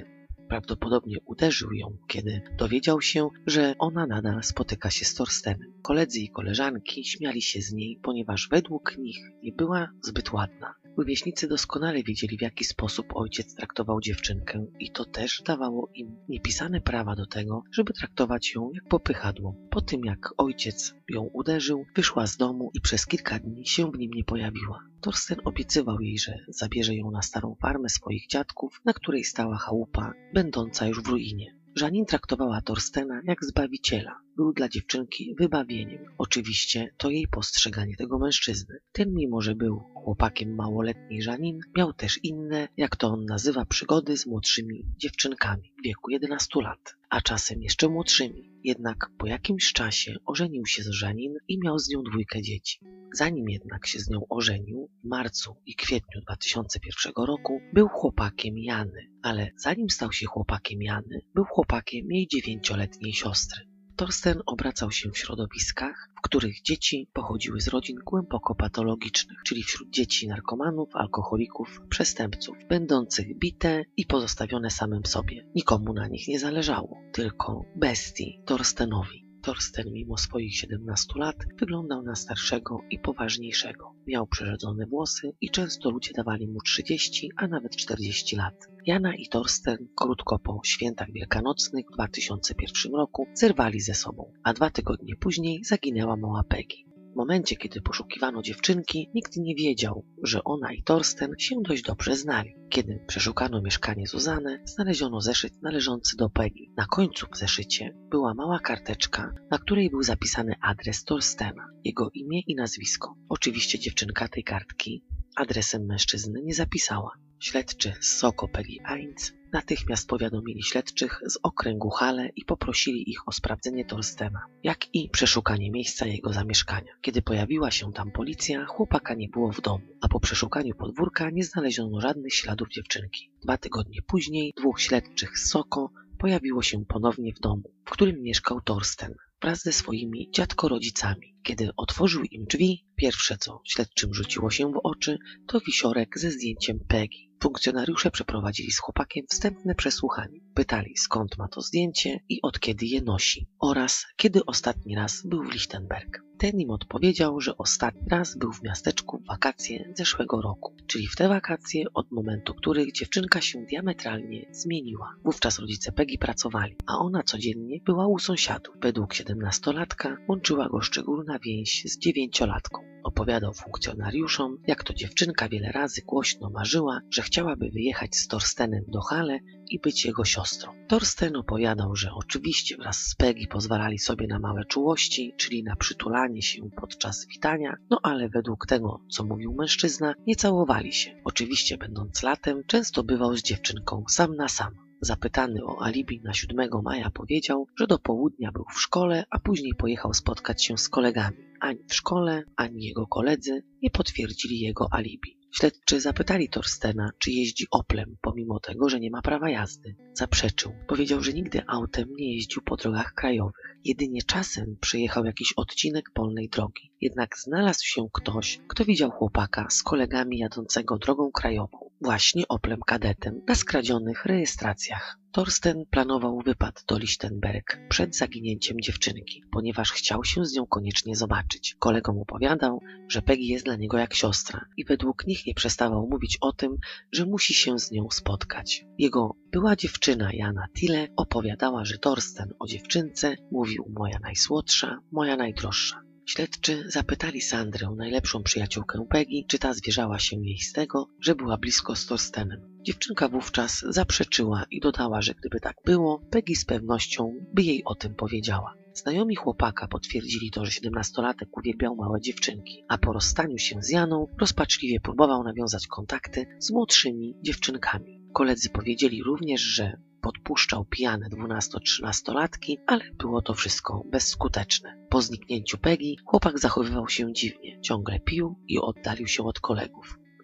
Prawdopodobnie uderzył ją, kiedy dowiedział się, że ona nadal spotyka się z Torstenem. Koledzy i koleżanki śmiali się z niej, ponieważ według nich nie była zbyt ładna. Rówieśnicy doskonale wiedzieli, w jaki sposób ojciec traktował dziewczynkę i to też dawało im niepisane prawa do tego, żeby traktować ją jak popychadło. Po tym jak ojciec ją uderzył, wyszła z domu i przez kilka dni się w nim nie pojawiła. Torsten obiecywał jej, że zabierze ją na starą farmę swoich dziadków, na której stała chałupa, będąca już w ruinie. Janine traktowała Torstena jak zbawiciela. Był dla dziewczynki wybawieniem. Oczywiście to jej postrzeganie tego mężczyzny. Ten, mimo że był chłopakiem małoletniej Janine, miał też inne, jak to on nazywa, przygody z młodszymi dziewczynkami w wieku 11 lat, a czasem jeszcze młodszymi. Jednak po jakimś czasie ożenił się z Janine i miał z nią 2 dzieci. Zanim jednak się z nią ożenił, w marcu i kwietniu 2001 roku był chłopakiem Jany, ale zanim stał się chłopakiem Jany, był chłopakiem jej 9-letniej siostry. Torsten obracał się w środowiskach, w których dzieci pochodziły z rodzin głęboko patologicznych, czyli wśród dzieci narkomanów, alkoholików, przestępców, będących bite i pozostawione samym sobie. Nikomu na nich nie zależało, tylko bestii, Torstenowi. Torsten mimo swoich 17 lat wyglądał na starszego i poważniejszego. Miał przerzedzone włosy i często ludzie dawali mu 30, a nawet 40 lat. Jana i Torsten krótko po świętach wielkanocnych w 2001 roku zerwali ze sobą, a 2 tygodnie później zaginęła mała Peggy. W momencie, kiedy poszukiwano dziewczynki, nikt nie wiedział, że ona i Torsten się dość dobrze znali. Kiedy przeszukano mieszkanie Zuzanny, znaleziono zeszyt należący do Peggy. Na końcu w zeszycie była mała karteczka, na której był zapisany adres Torstena, jego imię i nazwisko. Oczywiście dziewczynka tej kartki adresem mężczyzny nie zapisała. Śledczy z Soko Peggy Eins natychmiast powiadomili śledczych z okręgu Halle i poprosili ich o sprawdzenie Torstena, jak i przeszukanie miejsca jego zamieszkania. Kiedy pojawiła się tam policja, chłopaka nie było w domu, a po przeszukaniu podwórka nie znaleziono żadnych śladów dziewczynki. 2 tygodnie później 2 śledczych z Soko pojawiło się ponownie w domu, w którym mieszkał Torsten, wraz ze swoimi dziadkorodzicami. Kiedy otworzył im drzwi, pierwsze co śledczym rzuciło się w oczy, to wisiorek ze zdjęciem Peggy. Funkcjonariusze przeprowadzili z chłopakiem wstępne przesłuchanie. Pytali, skąd ma to zdjęcie i od kiedy je nosi oraz kiedy ostatni raz był w Lichtenberg. Ten im odpowiedział, że ostatni raz był w miasteczku w wakacje zeszłego roku, czyli w te wakacje, od momentu których dziewczynka się diametralnie zmieniła. Wówczas rodzice Peggy pracowali, a ona codziennie była u sąsiadów. Według 17-latka łączyła go szczególna więź z 9-latką. Opowiadał funkcjonariuszom, jak to dziewczynka wiele razy głośno marzyła, że chciałaby wyjechać z Torstenem do Halle i być jego siostrą. Torsten opowiadał, że oczywiście wraz z Peggy pozwalali sobie na małe czułości, czyli na przytulanie się podczas witania, no ale według tego, co mówił mężczyzna, nie całowali się. Oczywiście będąc latem, często bywał z dziewczynką sam na sam. Zapytany o alibi na 7 maja powiedział, że do południa był w szkole, a później pojechał spotkać się z kolegami. Ani w szkole, ani jego koledzy nie potwierdzili jego alibi. Śledczy zapytali Torstena, czy jeździ Oplem, pomimo tego, że nie ma prawa jazdy. Zaprzeczył. Powiedział, że nigdy autem nie jeździł po drogach krajowych. Jedynie czasem przejechał jakiś odcinek polnej drogi. Jednak znalazł się ktoś, kto widział chłopaka z kolegami jadącego drogą krajową, właśnie Oplem kadetem, na skradzionych rejestracjach. Torsten planował wypad do Lichtenberg przed zaginięciem dziewczynki, ponieważ chciał się z nią koniecznie zobaczyć. Kolegom opowiadał, że Peggy jest dla niego jak siostra i według nich nie przestawał mówić o tym, że musi się z nią spotkać. Jego była dziewczyna Jana Tille opowiadała, że Torsten o dziewczynce mówił: moja najsłodsza, moja najdroższa. Śledczy zapytali Sandrę, najlepszą przyjaciółkę Peggy, czy ta zwierzała się jej z tego, że była blisko z Torstenem. Dziewczynka wówczas zaprzeczyła i dodała, że gdyby tak było, Peggy z pewnością by jej o tym powiedziała. Znajomi chłopaka potwierdzili to, że 17-latek uwielbiał małe dziewczynki, a po rozstaniu się z Janą rozpaczliwie próbował nawiązać kontakty z młodszymi dziewczynkami. Koledzy powiedzieli również, że podpuszczał pijane 12-13-latki, ale było to wszystko bezskuteczne. Po zniknięciu Peggy chłopak zachowywał się dziwnie, ciągle pił i oddalił się od kolegów.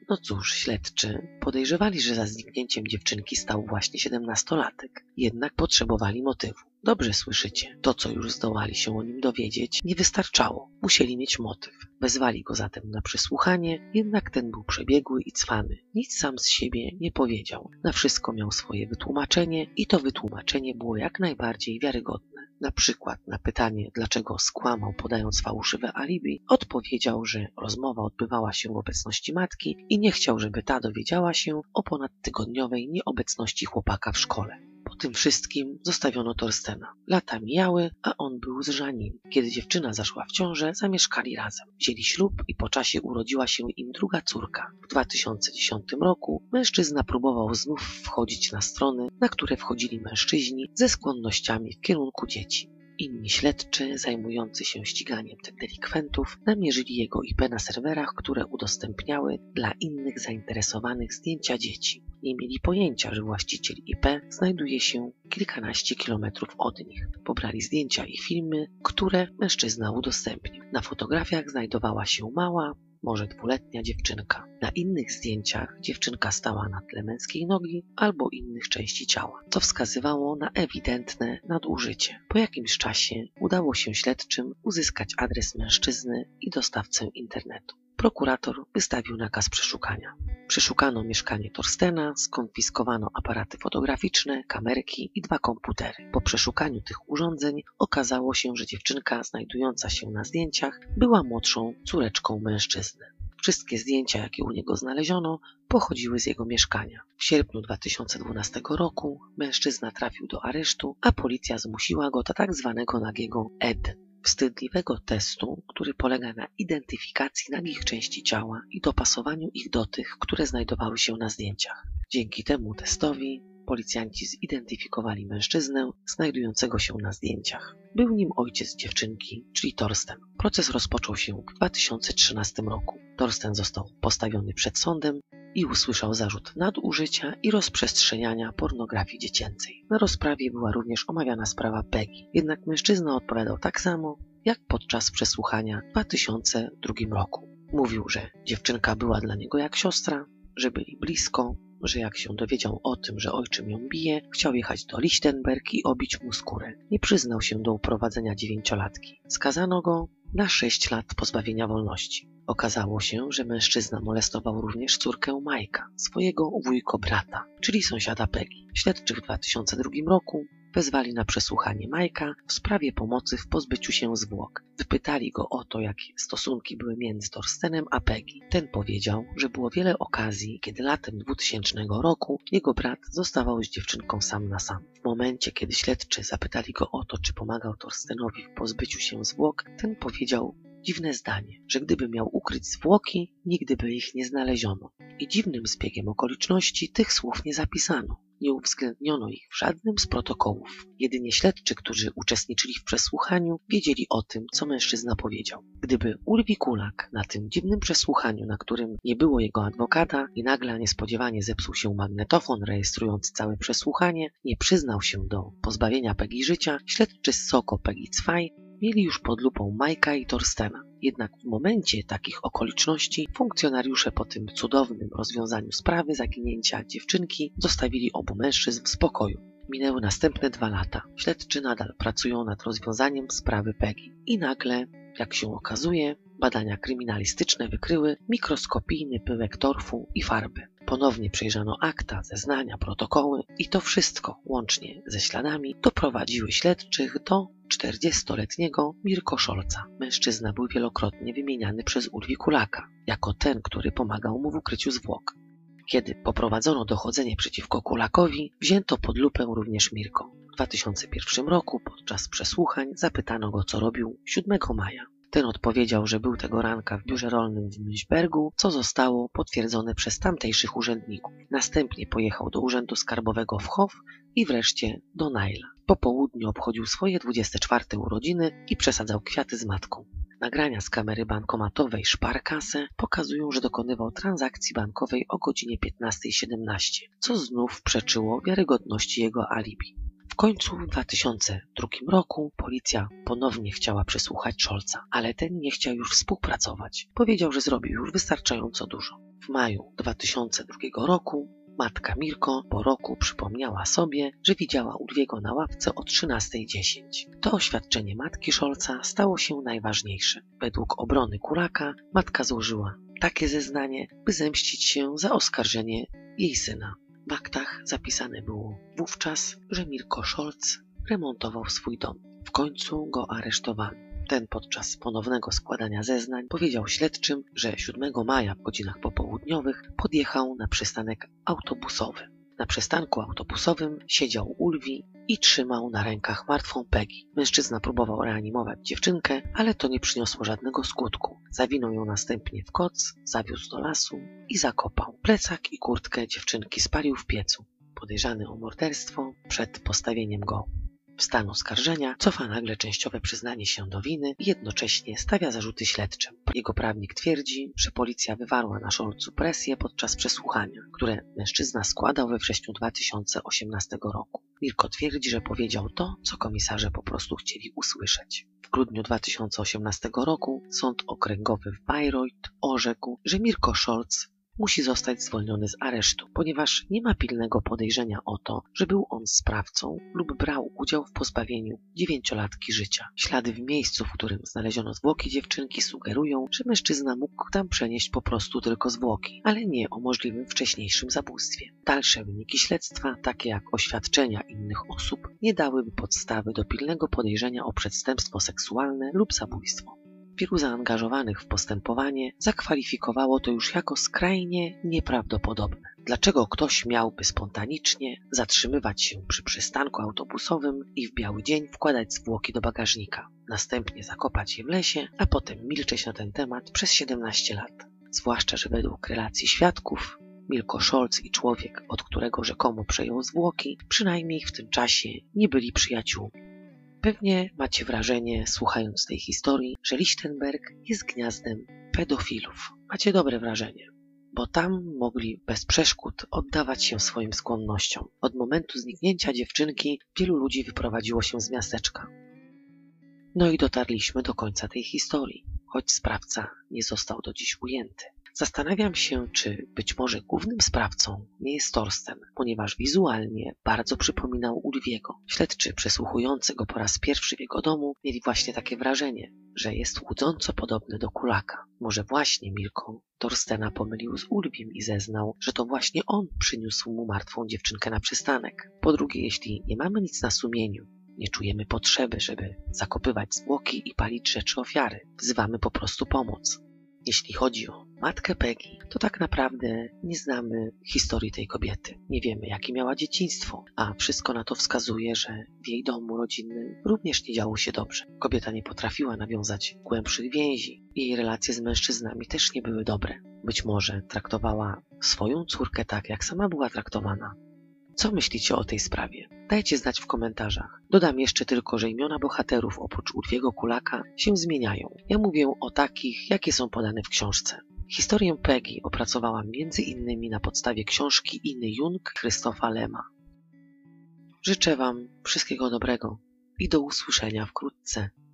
No cóż, śledczy podejrzewali, że za zniknięciem dziewczynki stał właśnie 17-latek. Jednak potrzebowali motywu. Dobrze słyszycie, to co już zdołali się o nim dowiedzieć nie wystarczało. Musieli mieć motyw. Wezwali go zatem na przesłuchanie, jednak ten był przebiegły i cwany. Nic sam z siebie nie powiedział. Na wszystko miał swoje wytłumaczenie i to wytłumaczenie było jak najbardziej wiarygodne. Na przykład na pytanie, dlaczego skłamał podając fałszywe alibi, odpowiedział, że rozmowa odbywała się w obecności matki i nie chciał, żeby ta dowiedziała się o ponadtygodniowej nieobecności chłopaka w szkole. Po tym wszystkim zostawiono Thorstena. Lata mijały, a on był z Janine. Kiedy dziewczyna zaszła w ciążę, zamieszkali razem. Wzięli ślub i po czasie urodziła się im druga córka. W 2010 roku mężczyzna próbował znów wchodzić na strony, na które wchodzili mężczyźni ze skłonnościami w kierunku dzieci. Inni śledczy zajmujący się ściganiem tych delikwentów namierzyli jego IP na serwerach, które udostępniały dla innych zainteresowanych zdjęcia dzieci. Nie mieli pojęcia, że właściciel IP znajduje się kilkanaście kilometrów od nich. Pobrali zdjęcia i filmy, które mężczyzna udostępnił. Na fotografiach znajdowała się mała, może 2-letnia dziewczynka. Na innych zdjęciach dziewczynka stała na tle męskiej nogi albo innych części ciała, co wskazywało na ewidentne nadużycie. Po jakimś czasie udało się śledczym uzyskać adres mężczyzny i dostawcę internetu. Prokurator wystawił nakaz przeszukania. Przeszukano mieszkanie Thorstena, skonfiskowano aparaty fotograficzne, kamerki i 2 komputery. Po przeszukaniu tych urządzeń okazało się, że dziewczynka znajdująca się na zdjęciach była młodszą córeczką mężczyzny. Wszystkie zdjęcia, jakie u niego znaleziono, pochodziły z jego mieszkania. W sierpniu 2012 roku mężczyzna trafił do aresztu, a policja zmusiła go do tak zwanego nagiego ED. Wstydliwego testu, który polega na identyfikacji nagich części ciała i dopasowaniu ich do tych, które znajdowały się na zdjęciach. Dzięki temu testowi policjanci zidentyfikowali mężczyznę znajdującego się na zdjęciach. Był nim ojciec dziewczynki, czyli Thorsten. Proces rozpoczął się w 2013 roku. Thorsten został postawiony przed sądem i usłyszał zarzut nadużycia i rozprzestrzeniania pornografii dziecięcej. Na rozprawie była również omawiana sprawa Peggy, jednak mężczyzna odpowiadał tak samo jak podczas przesłuchania w 2002 roku. Mówił, że dziewczynka była dla niego jak siostra, że byli blisko, że jak się dowiedział o tym, że ojczym ją bije, chciał jechać do Lichtenberg i obić mu skórę. Nie przyznał się do uprowadzenia 9-latki. Skazano go na 6 lat pozbawienia wolności. Okazało się, że mężczyzna molestował również córkę Majka, swojego wujko-brata, czyli sąsiada Peggy. Śledczy w 2002 roku wezwali na przesłuchanie Majka w sprawie pomocy w pozbyciu się zwłok. Wypytali go o to, jakie stosunki były między Thorstenem a Peggy. Ten powiedział, że było wiele okazji, kiedy latem 2000 roku jego brat zostawał z dziewczynką sam na sam. W momencie, kiedy śledczy zapytali go o to, czy pomagał Thorstenowi w pozbyciu się zwłok, ten powiedział dziwne zdanie, że gdyby miał ukryć zwłoki, nigdy by ich nie znaleziono. I dziwnym zbiegiem okoliczności tych słów nie zapisano. Nie uwzględniono ich w żadnym z protokołów. Jedynie śledczy, którzy uczestniczyli w przesłuchaniu, wiedzieli o tym, co mężczyzna powiedział. Gdyby Ulvi Kulak na tym dziwnym przesłuchaniu, na którym nie było jego adwokata i nagle niespodziewanie zepsuł się magnetofon rejestrując całe przesłuchanie, nie przyznał się do pozbawienia Peggy życia, śledczy z SOKO Peggy 2 mieli już pod lupą Majka i Thorstena. Jednak w momencie takich okoliczności funkcjonariusze po tym cudownym rozwiązaniu sprawy zaginięcia dziewczynki zostawili obu mężczyzn w spokoju. Minęły następne 2 lata. Śledczy nadal pracują nad rozwiązaniem sprawy Peggy. I nagle, jak się okazuje, badania kryminalistyczne wykryły mikroskopijny pyłek torfu i farby. Ponownie przejrzano akta, zeznania, protokoły i to wszystko, łącznie ze śladami, doprowadziły śledczych do 40-letniego Mirko Scholza. Mężczyzna był wielokrotnie wymieniany przez Ulvi Kulaka jako ten, który pomagał mu w ukryciu zwłok. Kiedy poprowadzono dochodzenie przeciwko Kulakowi, wzięto pod lupę również Mirko. W 2001 roku podczas przesłuchań zapytano go, co robił 7 maja. Ten odpowiedział, że był tego ranka w biurze rolnym w Münchbergu, co zostało potwierdzone przez tamtejszych urzędników. Następnie pojechał do Urzędu Skarbowego w Hof i wreszcie do Naila. Po południu obchodził swoje 24 urodziny i przesadzał kwiaty z matką. Nagrania z kamery bankomatowej Sparkasse pokazują, że dokonywał transakcji bankowej o godzinie 15:17, co znów przeczyło wiarygodności jego alibi. W końcu w 2002 roku policja ponownie chciała przesłuchać Scholza, ale ten nie chciał już współpracować. Powiedział, że zrobił już wystarczająco dużo. W maju 2002 roku matka Mirko po roku przypomniała sobie, że widziała Ulwiego na ławce o 13:10. To oświadczenie matki Scholza stało się najważniejsze. Według obrony Kulaka matka złożyła takie zeznanie, by zemścić się za oskarżenie jej syna. W aktach zapisane było wówczas, że Mirko Scholz remontował swój dom. W końcu go aresztowano. Ten podczas ponownego składania zeznań powiedział śledczym, że 7 maja w godzinach popołudniowych podjechał na przystanek autobusowy. Na przystanku autobusowym siedział Ulwi i trzymał na rękach martwą Peggy. Mężczyzna próbował reanimować dziewczynkę, ale to nie przyniosło żadnego skutku. Zawinął ją następnie w koc, zawiózł do lasu i zakopał. Plecak i kurtkę dziewczynki spalił w piecu. Podejrzany o morderstwo przed postawieniem go w stan oskarżenia cofa nagle częściowe przyznanie się do winy i jednocześnie stawia zarzuty śledczym. Jego prawnik twierdzi, że policja wywarła na Scholzu presję podczas przesłuchania, które mężczyzna składał we wrześniu 2018 roku. Mirko twierdzi, że powiedział to, co komisarze po prostu chcieli usłyszeć. W grudniu 2018 roku Sąd Okręgowy w Bayreuth orzekł, że Mirko Scholz musi zostać zwolniony z aresztu, ponieważ nie ma pilnego podejrzenia o to, że był on sprawcą lub brał udział w pozbawieniu 9-latki życia. Ślady w miejscu, w którym znaleziono zwłoki dziewczynki, sugerują, że mężczyzna mógł tam przenieść po prostu tylko zwłoki, ale nie o możliwym wcześniejszym zabójstwie. Dalsze wyniki śledztwa, takie jak oświadczenia innych osób, nie dałyby podstawy do pilnego podejrzenia o przestępstwo seksualne lub zabójstwo. Wielu zaangażowanych w postępowanie zakwalifikowało to już jako skrajnie nieprawdopodobne. Dlaczego ktoś miałby spontanicznie zatrzymywać się przy przystanku autobusowym i w biały dzień wkładać zwłoki do bagażnika, następnie zakopać je w lesie, a potem milczeć na ten temat przez 17 lat? Zwłaszcza, że według relacji świadków Mirko Scholz i człowiek, od którego rzekomo przejął zwłoki, przynajmniej w tym czasie nie byli przyjaciółmi. Pewnie macie wrażenie, słuchając tej historii, że Lichtenberg jest gniazdem pedofilów. Macie dobre wrażenie, bo tam mogli bez przeszkód oddawać się swoim skłonnościom. Od momentu zniknięcia dziewczynki wielu ludzi wyprowadziło się z miasteczka. No i dotarliśmy do końca tej historii, choć sprawca nie został do dziś ujęty. Zastanawiam się, czy być może głównym sprawcą nie jest Torsten, ponieważ wizualnie bardzo przypominał Ulwiego. Śledczy przesłuchujący go po raz pierwszy w jego domu mieli właśnie takie wrażenie, że jest łudząco podobny do Kulaka. Może właśnie Mirko Torstena pomylił z Ulwim i zeznał, że to właśnie on przyniósł mu martwą dziewczynkę na przystanek. Po drugie, jeśli nie mamy nic na sumieniu, nie czujemy potrzeby, żeby zakopywać zwłoki i palić rzeczy ofiary, wzywamy po prostu pomoc. Jeśli chodzi o matkę Peggy, to tak naprawdę nie znamy historii tej kobiety. Nie wiemy, jakie miała dzieciństwo, a wszystko na to wskazuje, że w jej domu rodzinnym również nie działo się dobrze. Kobieta nie potrafiła nawiązać głębszych więzi. Jej relacje z mężczyznami też nie były dobre. Być może traktowała swoją córkę tak, jak sama była traktowana. Co myślicie o tej sprawie? Dajcie znać w komentarzach. Dodam jeszcze tylko, że imiona bohaterów oprócz Ulwiego Kulaka się zmieniają. Ja mówię o takich, jakie są podane w książce. Historię Peggy opracowałam m.in. na podstawie książki Inny Jung Christopha Lema. Życzę Wam wszystkiego dobrego i do usłyszenia wkrótce.